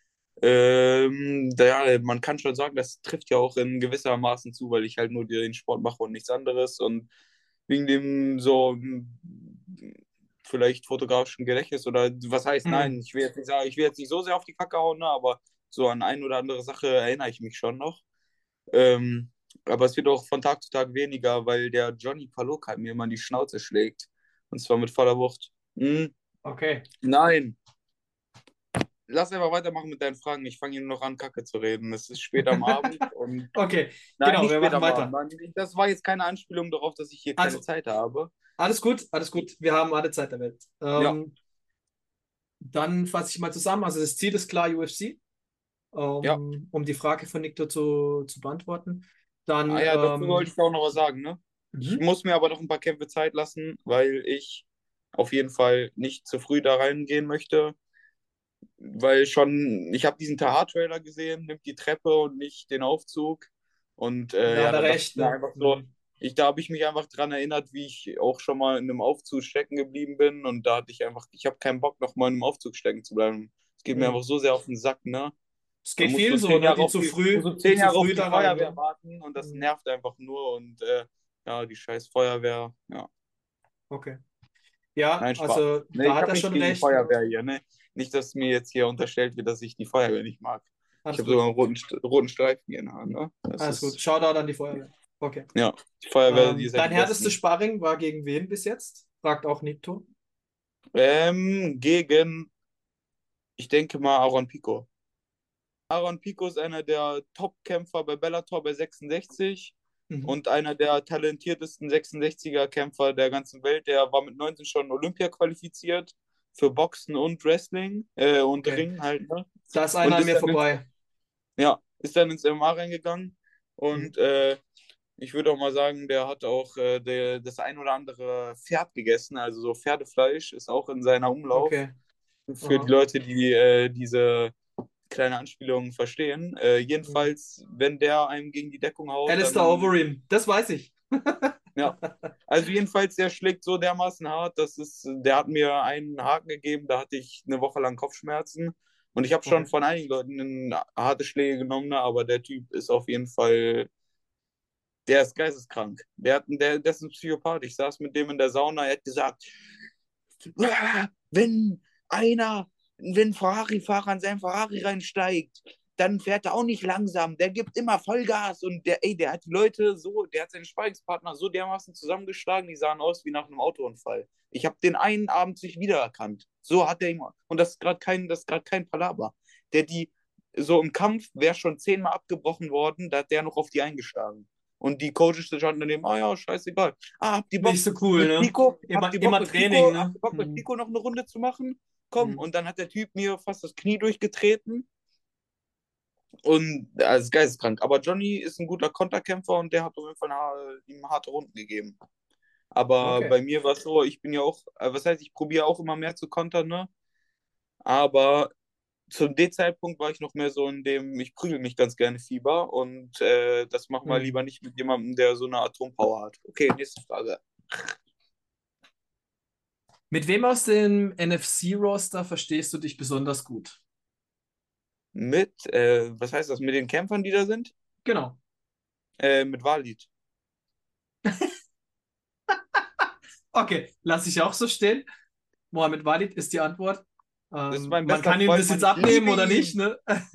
Ja, man kann schon sagen, das trifft ja auch in gewissermaßen zu, weil ich halt nur den Sport mache und nichts anderes, und wegen dem so vielleicht fotografischen Gedächtnis, oder was heißt, nein, Mhm. ich will jetzt nicht sagen, ich will jetzt nicht so sehr auf die Kacke hauen, ne, aber so an ein oder andere Sache erinnere ich mich schon noch. Ähm, aber es wird auch von Tag zu Tag weniger, weil der Johnny Palok halt mir immer in die Schnauze schlägt. Und zwar mit voller Wucht. Okay. Nein, lass einfach weitermachen mit deinen Fragen. Ich fange hier nur noch an, Kacke zu reden. Es ist spät am Abend und. Okay, Nein, genau, nicht wir spät machen am Abend. weiter. Mann. Das war jetzt keine Anspielung darauf, dass ich hier keine Also, Zeit habe. alles gut, alles gut. Wir haben alle Zeit der Welt. Ja, Dann fasse ich mal zusammen. Also das Ziel ist klar UFC, ja. um die Frage von Victor zu beantworten. Ah Dann, ja, dazu wollte ich auch noch was sagen, ne? Ich mhm. muss mir aber noch ein paar Kämpfe Zeit lassen, weil ich auf jeden Fall nicht zu früh da reingehen möchte. Weil schon, ich habe diesen Taha-Trailer gesehen, nimmt die Treppe und nicht den Aufzug. Und Da ja, hat er da dachte ich recht, mir ne? einfach so, Mhm. da habe ich mich einfach dran erinnert, wie ich auch schon mal in einem Aufzug stecken geblieben bin. Und da hatte ich einfach, ich habe keinen Bock, noch mal in einem Aufzug stecken zu bleiben. Es geht mir Mhm. einfach so sehr auf den Sack, ne? Es Da geht musst du vielen so, zehn ne? Jahre auf die, musst du Die 10 zu Jahre auf früh die da rein, Feuerwehr ne? warten, und das Mhm. nervt einfach nur. Und ja, die scheiß Feuerwehr, ja. Okay. Ja, Nein, Spaß. also Ne, da ich hat habe er nichts schon gegen die recht. Feuerwehr hier, ne? Nicht, dass mir jetzt hier unterstellt wird, dass ich die Feuerwehr nicht mag. Ich Alles habe sogar gut. einen roten Streifen hier in der Hand, ne? Das Alles gut. ist, Shoutout an die Feuerwehr. Okay. ja, die Feuerwehr, die ist ja die Dein härtestes besten. Sparring war gegen wen bis jetzt? Fragt auch Nikto. Gegen, ich denke mal, Aaron Pico. Aaron Pico ist einer der Top-Kämpfer bei Bellator bei 66 Mhm. und einer der talentiertesten 66er-Kämpfer der ganzen Welt. Der war mit 19 schon Olympia qualifiziert für Boxen und Wrestling und Okay. Ringen halt, ne? Da ist einer Und an mir vorbei. ist dann ins MMA reingegangen, Mhm. und ich würde auch mal sagen, der hat auch das ein oder andere Pferd gegessen, also so Pferdefleisch ist auch in seiner Umlauf. Okay. Für die Aha. Leute, die diese kleine Anspielung verstehen. Mhm. Jedenfalls, wenn der einem gegen die Deckung haut, Alistair dann Overeem, das weiß ich. ja. Also jedenfalls, der schlägt so dermaßen hart, der hat mir einen Haken gegeben, da hatte ich eine Woche lang Kopfschmerzen. Und ich habe schon Okay. von einigen Leuten harte Schläge genommen, ne, aber der Typ ist auf jeden Fall, der ist geisteskrank. Der ist ein Psychopath. Ich saß mit dem in der Sauna, er hat gesagt, wenn wenn ein Ferrari-Fahrer an seinen Ferrari reinsteigt, dann fährt er auch nicht langsam. Der gibt immer Vollgas, und der hat die Leute so, der hat seinen Sparringspartner so dermaßen zusammengeschlagen, die sahen aus wie nach einem Autounfall. Ich habe den einen Abend sich wiedererkannt. So hat er immer. Und das ist gerade kein Palaber. Der die, so im Kampf wäre schon 10-mal abgebrochen worden, da hat der noch auf die eingeschlagen. Und die Coaches standen daneben, ah ja, scheißegal. Ah, Nicht so cool, ne? Habt ihr Bock Immer mit Training, Pico, habt ne? ihr Bock mit Mhm. Pico noch eine Runde zu machen? Komm, Mhm. und dann hat der Typ mir fast das Knie durchgetreten, und ist geisteskrank. Aber Johnny ist ein guter Konterkämpfer, und der hat auf jeden Fall ihm harte Runden gegeben. Aber Okay. bei mir war es so, ich bin ja auch, was heißt, ich probiere auch immer mehr zu kontern, ne? Aber zu dem Zeitpunkt war ich noch mehr so in dem, ich prügel mich ganz gerne Fieber, und das machen wir lieber Mhm. nicht mit jemandem, der so eine Atompower hat. Okay, nächste Frage. Mit wem aus dem NFC-Roster verstehst du dich besonders gut? Was heißt das, mit den Kämpfern, die da sind? Genau. Mit Walid. Okay, lasse ich auch so stehen. Mohammed Walid ist die Antwort. Das ist mein Man bester kann ihm Freund, das Mann. jetzt Ich abnehmen liebe oder nicht, ihn. ne?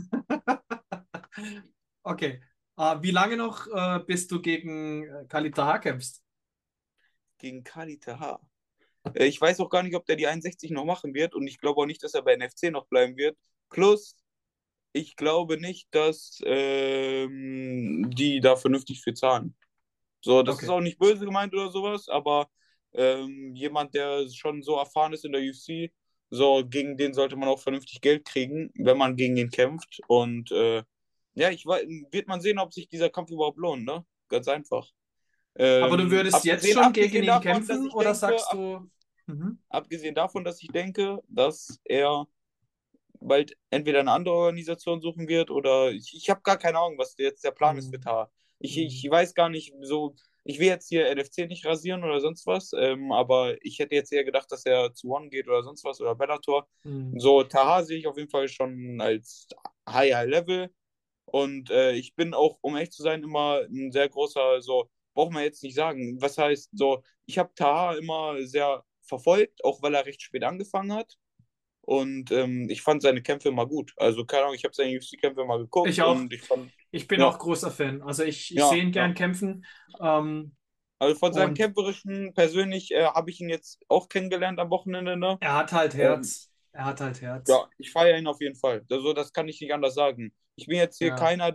Okay. Wie lange noch bis du gegen Khalid Taha kämpfst? Gegen Kali Taha. Ich weiß auch gar nicht, ob der die 61 noch machen wird, und ich glaube auch nicht, dass er bei NFC noch bleiben wird. Plus, ich glaube nicht, dass die da vernünftig für zahlen. So, das ist Okay. auch nicht böse gemeint oder sowas, aber jemand, der schon so erfahren ist in der UFC, so, gegen den sollte man auch vernünftig Geld kriegen, wenn man gegen ihn kämpft. Und ja, wird man sehen, ob sich dieser Kampf überhaupt lohnt, ne? Ganz einfach. Aber du würdest jetzt Abgesehen, schon gegen abgesehen ihn davon, dass kämpfen ich oder denke, sagst du, mhm. abgesehen davon, dass ich denke, dass er bald entweder eine andere Organisation suchen wird oder ich habe gar keine Ahnung, was jetzt der Plan ist für Mhm. Tar. Ich Mhm. weiß gar nicht, so, ich will jetzt hier NFC nicht rasieren oder sonst was, aber ich hätte jetzt eher gedacht, dass er zu One geht oder sonst was oder Bellator. Mhm. So, Taha sehe ich auf jeden Fall schon als High Level und ich bin auch, um echt zu sein, immer ein sehr großer, so, braucht man jetzt nicht sagen, was heißt so, ich habe Taha immer sehr verfolgt, auch weil er recht spät angefangen hat. Und ich fand seine Kämpfe immer gut. Also, keine Ahnung, ich habe seine UFC-Kämpfe mal Ich geguckt auch. und ich fand, Ich bin ja, auch großer Fan. Also ich sehe ja, ihn ja. gern kämpfen. Ähm, Also von seinem und Kämpferischen persönlich habe ich ihn jetzt auch kennengelernt am Wochenende, ne? er hat halt Ähm, Herz. Er hat halt Herz. ja, ich feiere ihn auf jeden Fall. Also, das kann ich nicht anders sagen. Ich bin jetzt hier Ja. keiner,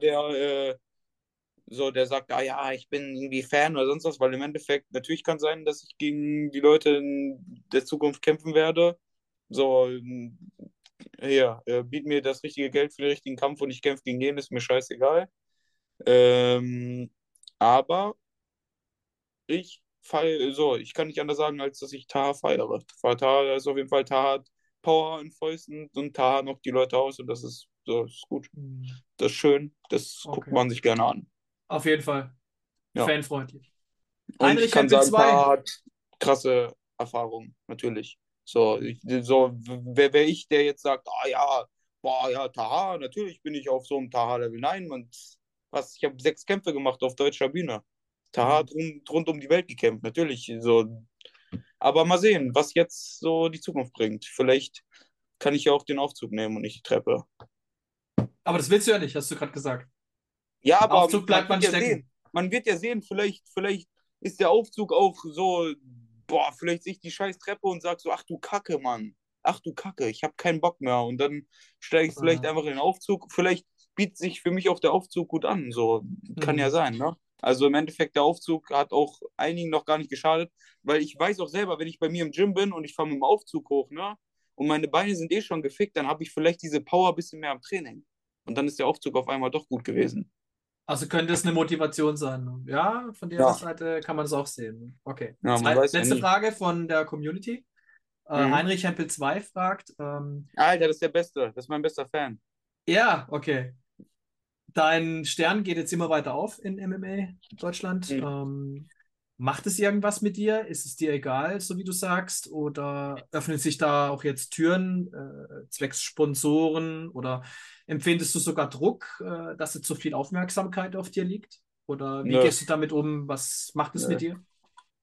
der sagt, ah ja, ich bin irgendwie Fan oder sonst was, weil im Endeffekt natürlich kann sein, dass ich gegen die Leute in der Zukunft kämpfen werde. So, hier, biet mir das richtige Geld für den richtigen Kampf und ich kämpfe gegen jeden, ist mir scheißegal. Ähm, aber ich kann nicht anders sagen, als dass ich Taha feiere. Taha ist auf jeden Fall, Taha hat Power in Fäusten und Taha knockt die Leute aus und das ist, so, ist gut. Hm. Das ist schön, das guckt Okay. man sich gerne an. Auf jeden Fall. Ja. Fanfreundlich. Und ich Heinrich kann Hempel sagen, 2. Taha hat krasse Erfahrungen, natürlich. Wer ich, der jetzt sagt, ah ja, boah, ja, Taha, natürlich bin ich auf so einem Taha-Level. Nein, ich habe 6 Kämpfe gemacht auf deutscher Bühne. Taha Hm. hat rund um die Welt gekämpft, natürlich. So. Aber mal sehen, was jetzt so die Zukunft bringt. Vielleicht kann ich ja auch den Aufzug nehmen und nicht die Treppe. Aber das willst du ja nicht, hast du gerade gesagt. Ja, aber Aufzug man bleibt man wird ja stecken. sehen. Man wird ja sehen, vielleicht ist der Aufzug auch so, boah, vielleicht sehe ich die scheiß Treppe und sag so, ach du Kacke, Mann. Ach du Kacke, ich habe keinen Bock mehr. Und dann steige ich vielleicht Äh, einfach in den Aufzug. Vielleicht bietet sich für mich auch der Aufzug gut an. So, kann ja hm. sein, ne? Also im Endeffekt, der Aufzug hat auch einigen noch gar nicht geschadet, weil ich weiß auch selber, wenn ich bei mir im Gym bin und ich fahre mit dem Aufzug hoch, ne? Und meine Beine sind eh schon gefickt, dann habe ich vielleicht diese Power ein bisschen mehr am Training. Und dann ist der Aufzug auf einmal doch gut gewesen. Also könnte es eine Motivation sein. Ne? Ja, von der Ja, Seite kann man es auch sehen. Okay. ja, man weiß ja Letzte nie. Frage von der Community. Mhm. Heinrich Hempel 2 fragt, Alter, das ist der Beste. Das ist mein bester Fan. ja, okay. Dein Stern geht jetzt immer weiter auf in MMA Deutschland. Mhm. Macht es irgendwas mit dir? Ist es dir egal, so wie du sagst? Oder öffnen sich da auch jetzt Türen, zwecks Sponsoren? Oder empfindest du sogar Druck, dass jetzt so viel Aufmerksamkeit auf dir liegt? Oder wie Nö, gehst du damit um? Was macht es mit nö. dir?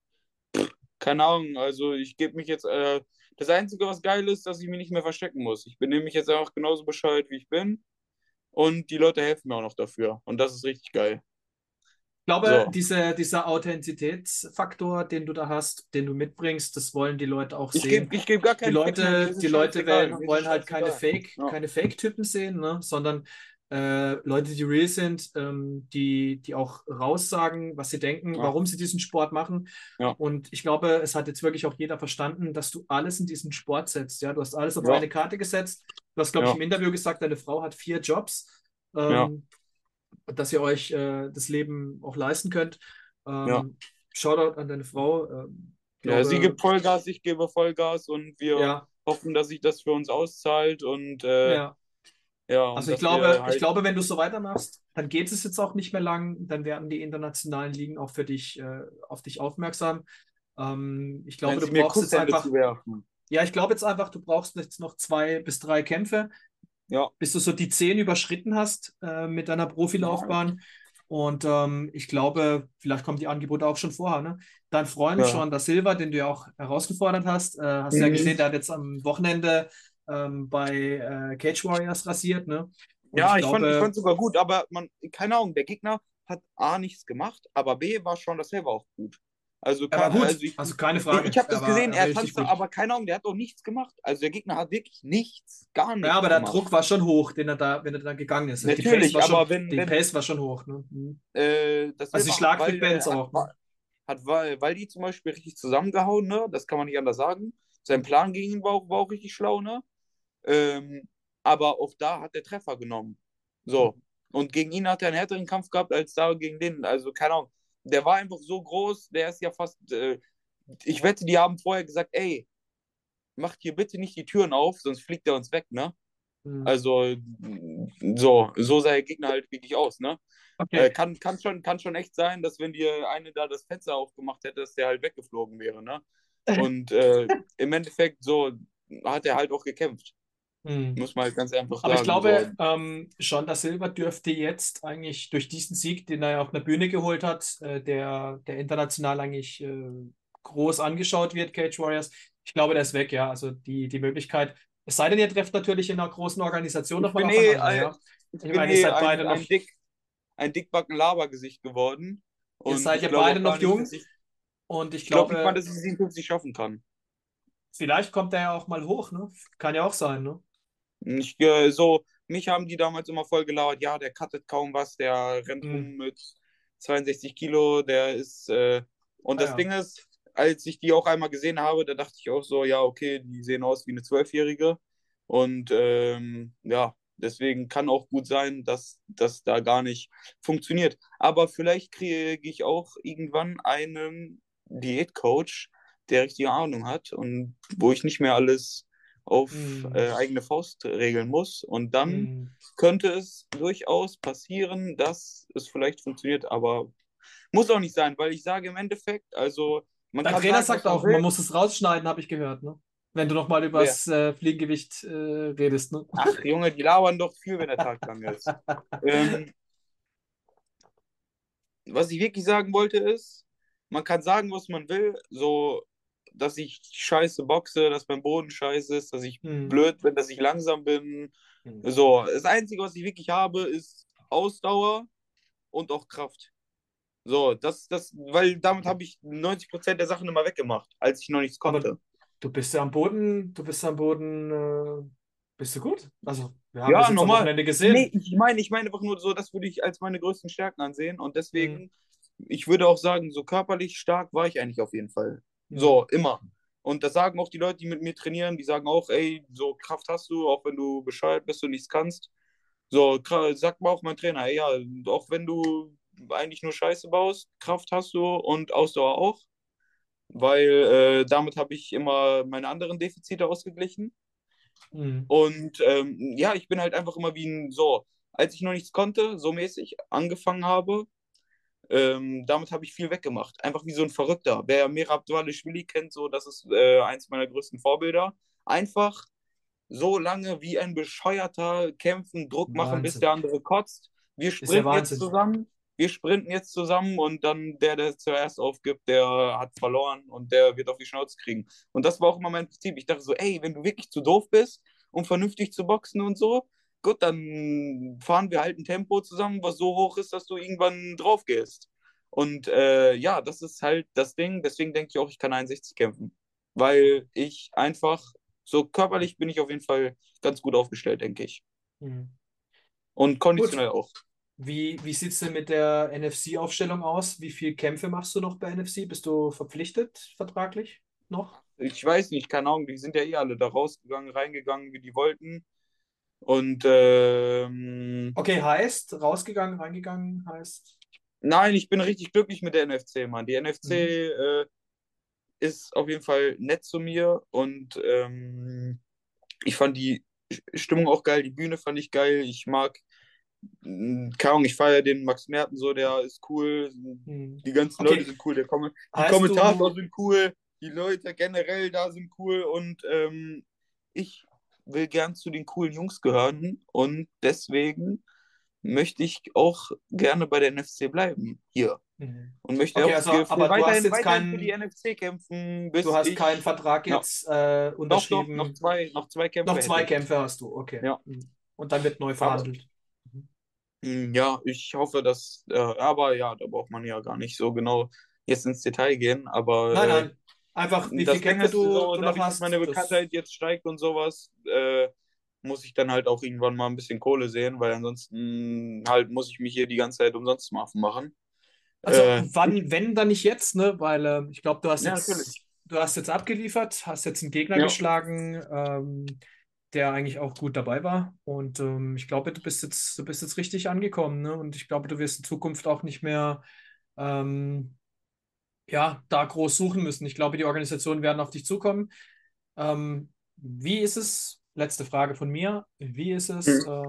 Keine Ahnung. Also ich gebe mich jetzt. Das Einzige, was geil ist, dass ich mich nicht mehr verstecken muss. Ich benehme mich jetzt einfach genauso bescheuert, wie ich bin. Und die Leute helfen mir auch noch dafür. Und das ist richtig geil. Ich glaube, So. dieser Authentizitätsfaktor, den du da hast, den du mitbringst, das wollen die Leute auch Ich sehen. gebe ich geb gar keinen Fick mehr. Mir ist Die es Leute scheißegal. Mir ist es wollen halt keine scheißegal. Ja, keine Fake-Typen sehen, ne? Sondern Leute, die real sind, die auch raussagen, was sie denken, ja, warum sie diesen Sport machen. ja, Und ich glaube, es hat jetzt wirklich auch jeder verstanden, dass du alles in diesen Sport setzt. Ja? Du hast alles auf ja, eine Karte gesetzt. Du hast, glaube ich, ja, im Interview gesagt, deine Frau hat 4 Jobs. ja, Ähm, dass ihr euch das Leben auch leisten könnt. ja. Shoutout an deine Frau. Ja, sie Glaube, gibt Vollgas, ich gebe Vollgas und wir ja, hoffen, dass sich das für uns auszahlt und ja. ja, und Also dass wir ich halt. glaube, wenn du so weitermachst, dann geht es jetzt auch nicht mehr lang. Dann werden die internationalen Ligen auch für dich, auf dich aufmerksam. Ich Wenn glaube, du sie mir brauchst jetzt Kusshände einfach, zuwerfen. ja, ich glaube jetzt einfach, du brauchst jetzt noch 2 bis 3 Kämpfe, Ja. bis du so die 10 überschritten hast mit deiner Ja. Profilaufbahn. Und ich glaube, vielleicht kommen die Angebote auch schon vorher. Ne? Dein Freund Ja. Sean da Silva, den du ja auch herausgefordert hast, hast du ja Mhm. gesehen, der hat jetzt am Wochenende bei Cage Warriors rasiert. Ne? Und ich Ja, ich glaube, fand sogar gut, aber keine Ahnung, der Gegner hat A nichts gemacht, aber B war schon das selber auch gut. Also, er war gut. also ich, Also keine ich Frage. habe das gesehen, Er war er richtig tanzte, gut. aber keine Ahnung, der hat auch nichts gemacht. Also der Gegner hat wirklich nichts, gar Ja, aber nichts der gemacht. Druck war schon hoch, den er da, wenn er da gegangen ist. Also Natürlich, aber Die Pace war schon hoch. Ne? Mhm. das Also die Silber Schlagfrequenz auch. Ne? Waldi zum Beispiel richtig zusammengehauen, ne? Das kann man nicht anders sagen. Sein Plan gegen ihn war auch richtig schlau, ne? Aber auch da hat er Treffer genommen. So. Und gegen ihn hat er einen härteren Kampf gehabt als da gegen den. Also, keine Ahnung. Der war einfach so groß, der ist ja fast. Ich wette, die haben vorher gesagt, ey, macht hier bitte nicht die Türen auf, sonst fliegt er uns weg, ne? Mhm. Also, so sah der Gegner halt wirklich aus, ne? Okay. Kann schon echt sein, dass wenn dir eine da das Fenster aufgemacht hätte, dass der halt weggeflogen wäre, ne? Und im Endeffekt so hat er halt auch gekämpft. Mhm. Muss man halt ganz einfach Aber ich sagen. So. glaube, John da Silva dürfte jetzt eigentlich durch diesen Sieg, den er ja auf einer Bühne geholt hat, der international eigentlich groß angeschaut wird, Cage Warriors, ich glaube, der ist weg, ja. Also die Möglichkeit, es sei denn, ihr trefft natürlich in einer großen Organisation Ich nochmal bin aufeinander, ja. ich Ich bin meine, ihr eh seid beide noch, ein dickbacken Labergesicht geworden. ihr Und seid ich ja glaube beide auch noch gar nicht, jung und ich ich glaube nicht mal, glaube, dass ich 57 schaffen kann. vielleicht kommt er ja auch mal hoch, ne? Kann ja auch sein, ne? Mich haben die damals immer voll gelauert, ja, der cuttet kaum was, der rennt Hm. rum mit 62 Kilo, der ist, und Ah das ja. Ding ist, als ich die auch einmal gesehen habe, da dachte ich auch so, ja, okay, die sehen aus wie eine Zwölfjährige und ja, deswegen kann auch gut sein, dass das da gar nicht funktioniert. Aber vielleicht kriege ich auch irgendwann einen Diätcoach, der richtige Ahnung hat und wo ich nicht mehr alles auf Hm. eigene Faust regeln muss. Und dann Hm. könnte es durchaus passieren, dass es vielleicht funktioniert, aber muss auch nicht sein, weil ich sage im Endeffekt, also man Dein kann Trainer sagen, was sagt man auch, man will. muss es rausschneiden, habe ich gehört, ne? Wenn du nochmal Wer? übers Fliegengewicht redest, ne? Ach Junge, die labern doch viel, wenn der Tag lang ist. Ähm, Was ich wirklich sagen wollte ist, man kann sagen, was man will, so, dass ich scheiße boxe, dass mein Boden scheiße ist, dass ich Hm. blöd bin, dass ich langsam bin. Hm. So, das Einzige, was ich wirklich habe, ist Ausdauer und auch Kraft. So, weil damit habe ich 90% der Sachen immer weggemacht, als ich noch nichts Aber konnte. bist du gut? Also, wir haben das Ja, jetzt am normal. Wochenende Nee, gesehen. ich meine einfach nur so, das würde ich als meine größten Stärken ansehen. Und Hm. deswegen, ich würde auch sagen, so körperlich stark war ich eigentlich auf jeden Fall. Hm. So, immer. Und das sagen auch die Leute, die mit mir trainieren, die sagen auch, ey, so Kraft hast du, auch wenn du bescheuert bist und nichts kannst. So, sagt mal auch mein Trainer, ey, ja, auch wenn du eigentlich nur Scheiße baust, Kraft hast du und Ausdauer auch, weil damit habe ich immer meine anderen Defizite ausgeglichen. Hm. Und ja, ich bin halt einfach immer wie als ich noch nichts konnte, so mäßig angefangen habe, damit habe ich viel weggemacht. Einfach wie so ein Verrückter. Wer Merab Dvalishvili kennt, so, das ist eins meiner größten Vorbilder. Einfach so lange wie ein Bescheuerter kämpfen, Druck machen, bis Wahnsinn. der andere kotzt. Wir Ist ja sprinten jetzt Wahnsinn. zusammen. Wir sprinten jetzt zusammen und dann der zuerst aufgibt, der hat verloren und der wird auf die Schnauze kriegen. Und das war auch immer mein Prinzip. Ich dachte so, ey, wenn du wirklich zu doof bist, um vernünftig zu boxen und so, gut, dann fahren wir halt ein Tempo zusammen, was so hoch ist, dass du irgendwann drauf gehst. Und ja, das ist halt das Ding. Deswegen denke ich auch, ich kann 61 kämpfen. Weil ich einfach, so körperlich bin ich auf jeden Fall ganz gut aufgestellt, denke ich. Hm. Und Gut. konditionell auch. Wie sieht es denn mit der NFC-Aufstellung aus? Wie viele Kämpfe machst du noch bei NFC? Bist du verpflichtet vertraglich noch? Ich weiß nicht, keine Ahnung, die sind ja eh alle da rausgegangen, reingegangen, wie die wollten. Und Okay, heißt, rausgegangen, reingegangen, heißt. nein, ich bin richtig glücklich mit der NFC, Mann. Die Mhm. NFC ist auf jeden Fall nett zu mir und ich fand die Stimmung auch geil, die Bühne fand ich geil. Ich mag, keine Ahnung, ich feiere den Max Merten so, der ist cool. Mhm. Die ganzen Leute Okay, sind cool, die heißt Kommentator du, sind cool, die Leute generell da sind cool und ich will gern zu den coolen Jungs gehören und deswegen möchte ich auch gerne bei der NFC bleiben hier mhm. und möchte Okay, auch also, aber weiterhin für die NFC kämpfen, Du bis hast keinen ich, Vertrag ja, jetzt doch, noch unterschrieben. zwei Noch Kämpfe hätte zwei ich. Kämpfe hast du, okay. Ja, Mhm. Und dann wird neu aber verhandelt. Mhm. ja, ich hoffe, aber ja, da braucht man ja gar nicht so genau jetzt ins Detail gehen, aber Nein, nein. Einfach, wie viele das Ding Kämpfe ist so, du noch dadurch, dass meine hast, das. Bekanntheit jetzt steigt und sowas, muss ich dann halt auch irgendwann mal ein bisschen Kohle sehen, weil ansonsten halt muss ich mich hier die ganze Zeit umsonst zum Affen machen. Also, Ich, wann, wenn, dann nicht jetzt, ne? Weil ich glaube, du hast ja, jetzt natürlich. du hast jetzt abgeliefert, hast jetzt einen Gegner Ja. geschlagen, der eigentlich auch gut dabei war. Und ich glaube, du bist jetzt richtig angekommen, ne? Und ich glaube, du wirst in Zukunft auch nicht mehr ja, da groß suchen müssen. Ich glaube, die Organisationen werden auf dich zukommen. Wie ist es? Letzte Frage von mir. Wie ist es? Mhm.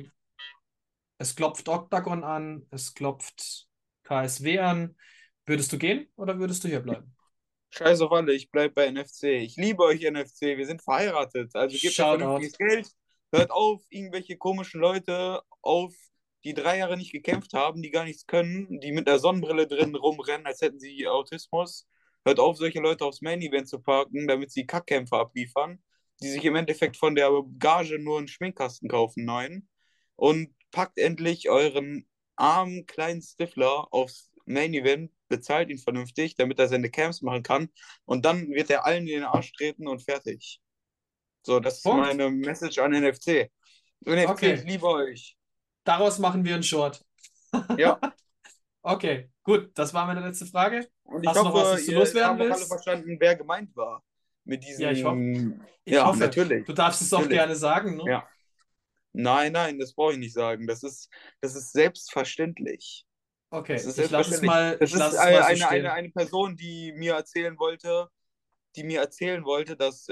Es klopft Octagon an, es klopft KSW an. Würdest du gehen oder würdest du hier bleiben? Scheiß auf alle, ich bleib bei NFC. Ich liebe euch NFC, wir sind verheiratet. Also gebt mir Shoutout. vernünftiges Geld. Hört auf, irgendwelche komischen Leute auf, die 3 Jahre nicht gekämpft haben, die gar nichts können, die mit einer Sonnenbrille drin rumrennen, als hätten sie Autismus. Hört auf, solche Leute aufs Main Event zu parken, damit sie Kackkämpfer abliefern, die sich im Endeffekt von der Gage nur einen Schminkkasten kaufen, nein. Und packt endlich euren armen kleinen Stifler aufs Main Event, bezahlt ihn vernünftig, damit er seine Camps machen kann. Und dann wird er allen in den Arsch treten und fertig. So, das ist Punkt. meine Message an NFC. NFC, ich Okay, liebe euch. daraus machen wir einen Short. Ja, Okay, gut, das war meine letzte Frage. und ich Hast du noch was, hoffe, das du ihr loswerden haben auch alle willst? verstanden, wer gemeint war. Mit Ja, ich hoffe. diesen. Ich Ja, hoffe. natürlich. Du darfst es auch Natürlich. gerne sagen, ne? Ja. Nein, nein, das brauche ich nicht sagen. Das ist selbstverständlich. Das Okay, ist selbstverständlich. Das ich ist lasse es mal so eine stehen. Person, die mir erzählen wollte, dass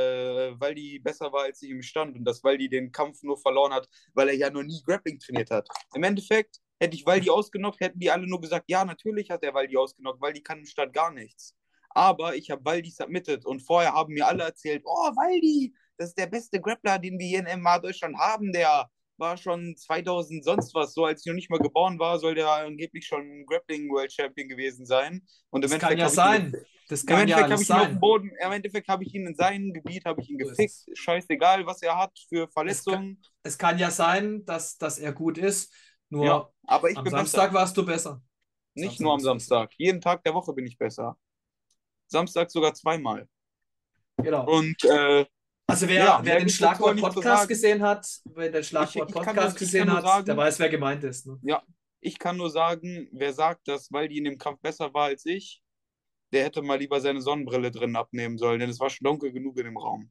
Waldi besser war als ich im Stand und dass Waldi den Kampf nur verloren hat, weil er ja noch nie Grappling trainiert hat. Im Endeffekt hätte ich Waldi ausgenockt, hätten die alle nur gesagt, ja, natürlich hat er Waldi ausgenockt, Waldi kann im Stand gar nichts. Aber ich habe Waldi submitted und vorher haben mir alle erzählt, oh, Waldi, das ist der beste Grappler, den wir hier in MMA Deutschland haben, der war schon 2000 sonst was, so als ich noch nicht mal geboren war, soll der angeblich schon Grappling World Champion gewesen sein. Und im Das kann Endeffekt ja habe ich ihn sein. Das im kann ja Endeffekt habe alles ich ihn auf dem sein. Boden, im Endeffekt habe ich ihn in seinem Gebiet, habe ich ihn So ist gefickt. es. Scheißegal, was er hat für Es kann, Verletzungen. es kann ja sein, dass er gut ist. Ja, Nur aber ich am bin besser. Samstag warst du besser. Nicht Samstag nur am warst du besser. Samstag. Jeden Tag der Woche bin ich besser. Samstag sogar zweimal. Genau. Und Also ja, wer mehr den gibt es dazu auch Schlagwort nicht zu Podcast sagen. gesehen hat, wer den Ich, Schlagwort ich, kann nur, Podcast ich kann gesehen nur hat, der sagen, weiß, wer gemeint ist. Ne? ja, ich kann nur sagen, wer sagt, dass Waldi in dem Kampf besser war als ich, der hätte mal lieber seine Sonnenbrille drin abnehmen sollen, denn es war schon dunkel genug in dem Raum.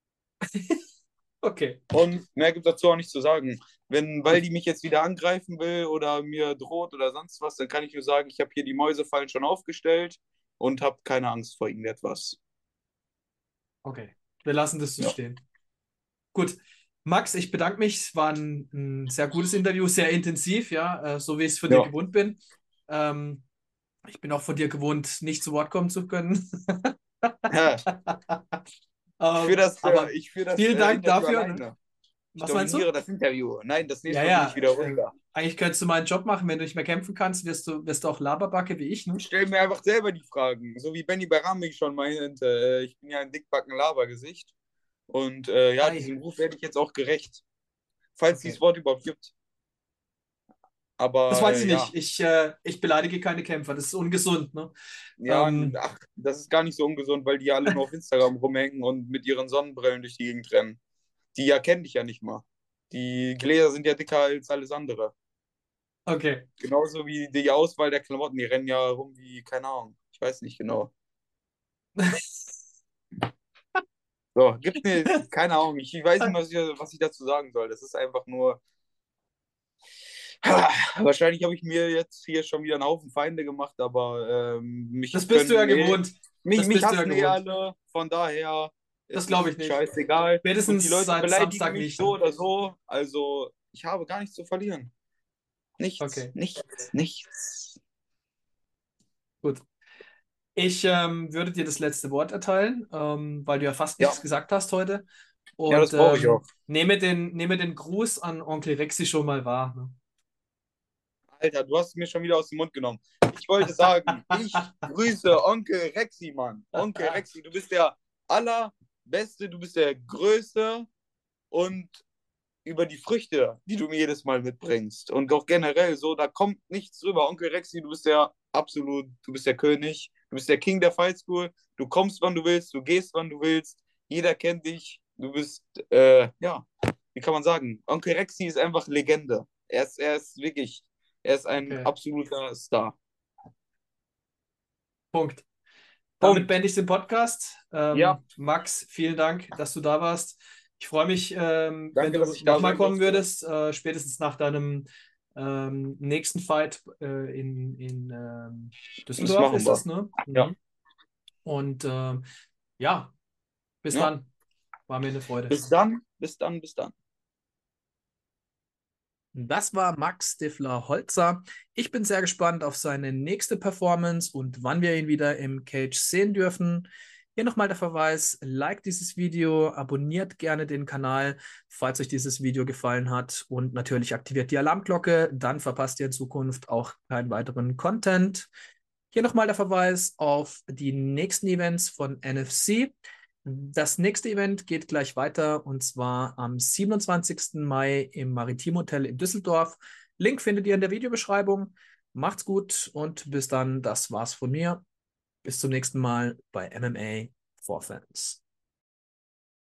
Okay, Und mehr gibt es dazu auch nicht zu sagen. Wenn gut. Waldi mich jetzt wieder angreifen will oder mir droht oder sonst was, dann kann ich nur sagen, ich habe hier die Mäusefallen schon aufgestellt und habe keine Angst vor irgendetwas. Okay. Wir lassen das so Ja. stehen. Gut. Max, ich bedanke mich. Es war ein sehr gutes Interview, sehr intensiv, ja, so wie ich es von dir Ja. gewohnt bin. Ähm, ich bin auch von dir gewohnt, nicht zu Wort kommen zu können. Ich führe das, Aber ich führ das vielen Dank Interview dafür. Ne? alleine. Ich Was meinst du? dominiere das Interview. Nein, das Ja, nächste Mal bin ich ja. wieder ruhiger. Eigentlich könntest du meinen Job machen, wenn du nicht mehr kämpfen kannst, wirst du auch Laberbacke wie ich, ne? Ich stelle mir einfach selber die Fragen. So wie Benny Barami schon meinte. Ich bin ja ein dickbacken Labergesicht. Und ja, Ei. diesem Ruf werde ich jetzt auch gerecht. Falls Okay. dieses Wort überhaupt gibt. Das Aber weiß ich ja. nicht. Ich beleidige keine Kämpfer. Das ist ungesund, ne? Ja, Ähm, ach, das ist gar nicht so ungesund, weil die alle nur auf Instagram rumhängen und mit ihren Sonnenbrillen durch die Gegend rennen. Die erkennen dich ja nicht mal. Die Gläser sind ja dicker als alles andere. okay. Genauso wie die Auswahl der Klamotten, die rennen ja rum wie, keine Ahnung, ich weiß nicht genau. So, gibt mir, keine Ahnung, ich weiß nicht, was ich dazu sagen soll. Das ist einfach nur. Wahrscheinlich habe ich mir jetzt hier schon wieder einen Haufen Feinde gemacht, aber Das mich bist du ja können gewohnt. mich, Das mich bist du ja hassen gewohnt. alle, von daher Das ist glaube ich es nicht. scheißegal. Und die Spätestens Leute seit beleidigen Samstag mich nicht, so ne? oder so. Also, ich habe gar nichts zu verlieren. Nichts, Okay, nichts, nichts. gut. Ich würde dir das letzte Wort erteilen, weil du ja fast Ja, nichts gesagt hast heute. ja, Und das brauche ich auch. nehme den Gruß an Onkel Rexi schon mal wahr. Ne? Alter, du hast es mir schon wieder aus dem Mund genommen. Ich wollte sagen, ich grüße Onkel Rexi, Mann. Onkel Rexi, du bist der Allerbeste, du bist der Größte und über die Früchte, die du mir jedes Mal mitbringst. Und auch generell so, da kommt nichts drüber. Onkel Rexi, du bist du bist der König, du bist der King der Fight School. Du kommst, wann du willst, du gehst, wann du willst. Jeder kennt dich. Du bist, ja, wie kann man sagen? Onkel Rexi ist einfach Legende. Er ist wirklich, er ist ein Okay, absoluter Star. Punkt. Damit Punkt. beende ich den Podcast. Ja, Max, vielen Dank, dass du da warst. Ich freue mich, wenn danke, dass du ich da nochmal sein kommen durfte. würdest, spätestens nach deinem nächsten Fight in Das Düsseldorf machen ist das, wir. ne? Ja. Mhm. Und ja, bis Ja. dann. War mir eine Freude. Bis dann, bis dann, bis dann. Das war Max Stifler-Holzer. Ich bin sehr gespannt auf seine nächste Performance und wann wir ihn wieder im Cage sehen dürfen. Hier nochmal der Verweis, liked dieses Video, abonniert gerne den Kanal, falls euch dieses Video gefallen hat und natürlich aktiviert die Alarmglocke, dann verpasst ihr in Zukunft auch keinen weiteren Content. Hier nochmal der Verweis auf die nächsten Events von NFC. Das nächste Event geht gleich weiter und zwar am 27. Mai im Maritim Hotel in Düsseldorf. Link findet ihr in der Videobeschreibung. Macht's gut und bis dann. Das war's von mir. Bis zum nächsten Mal bei MMA for Fans.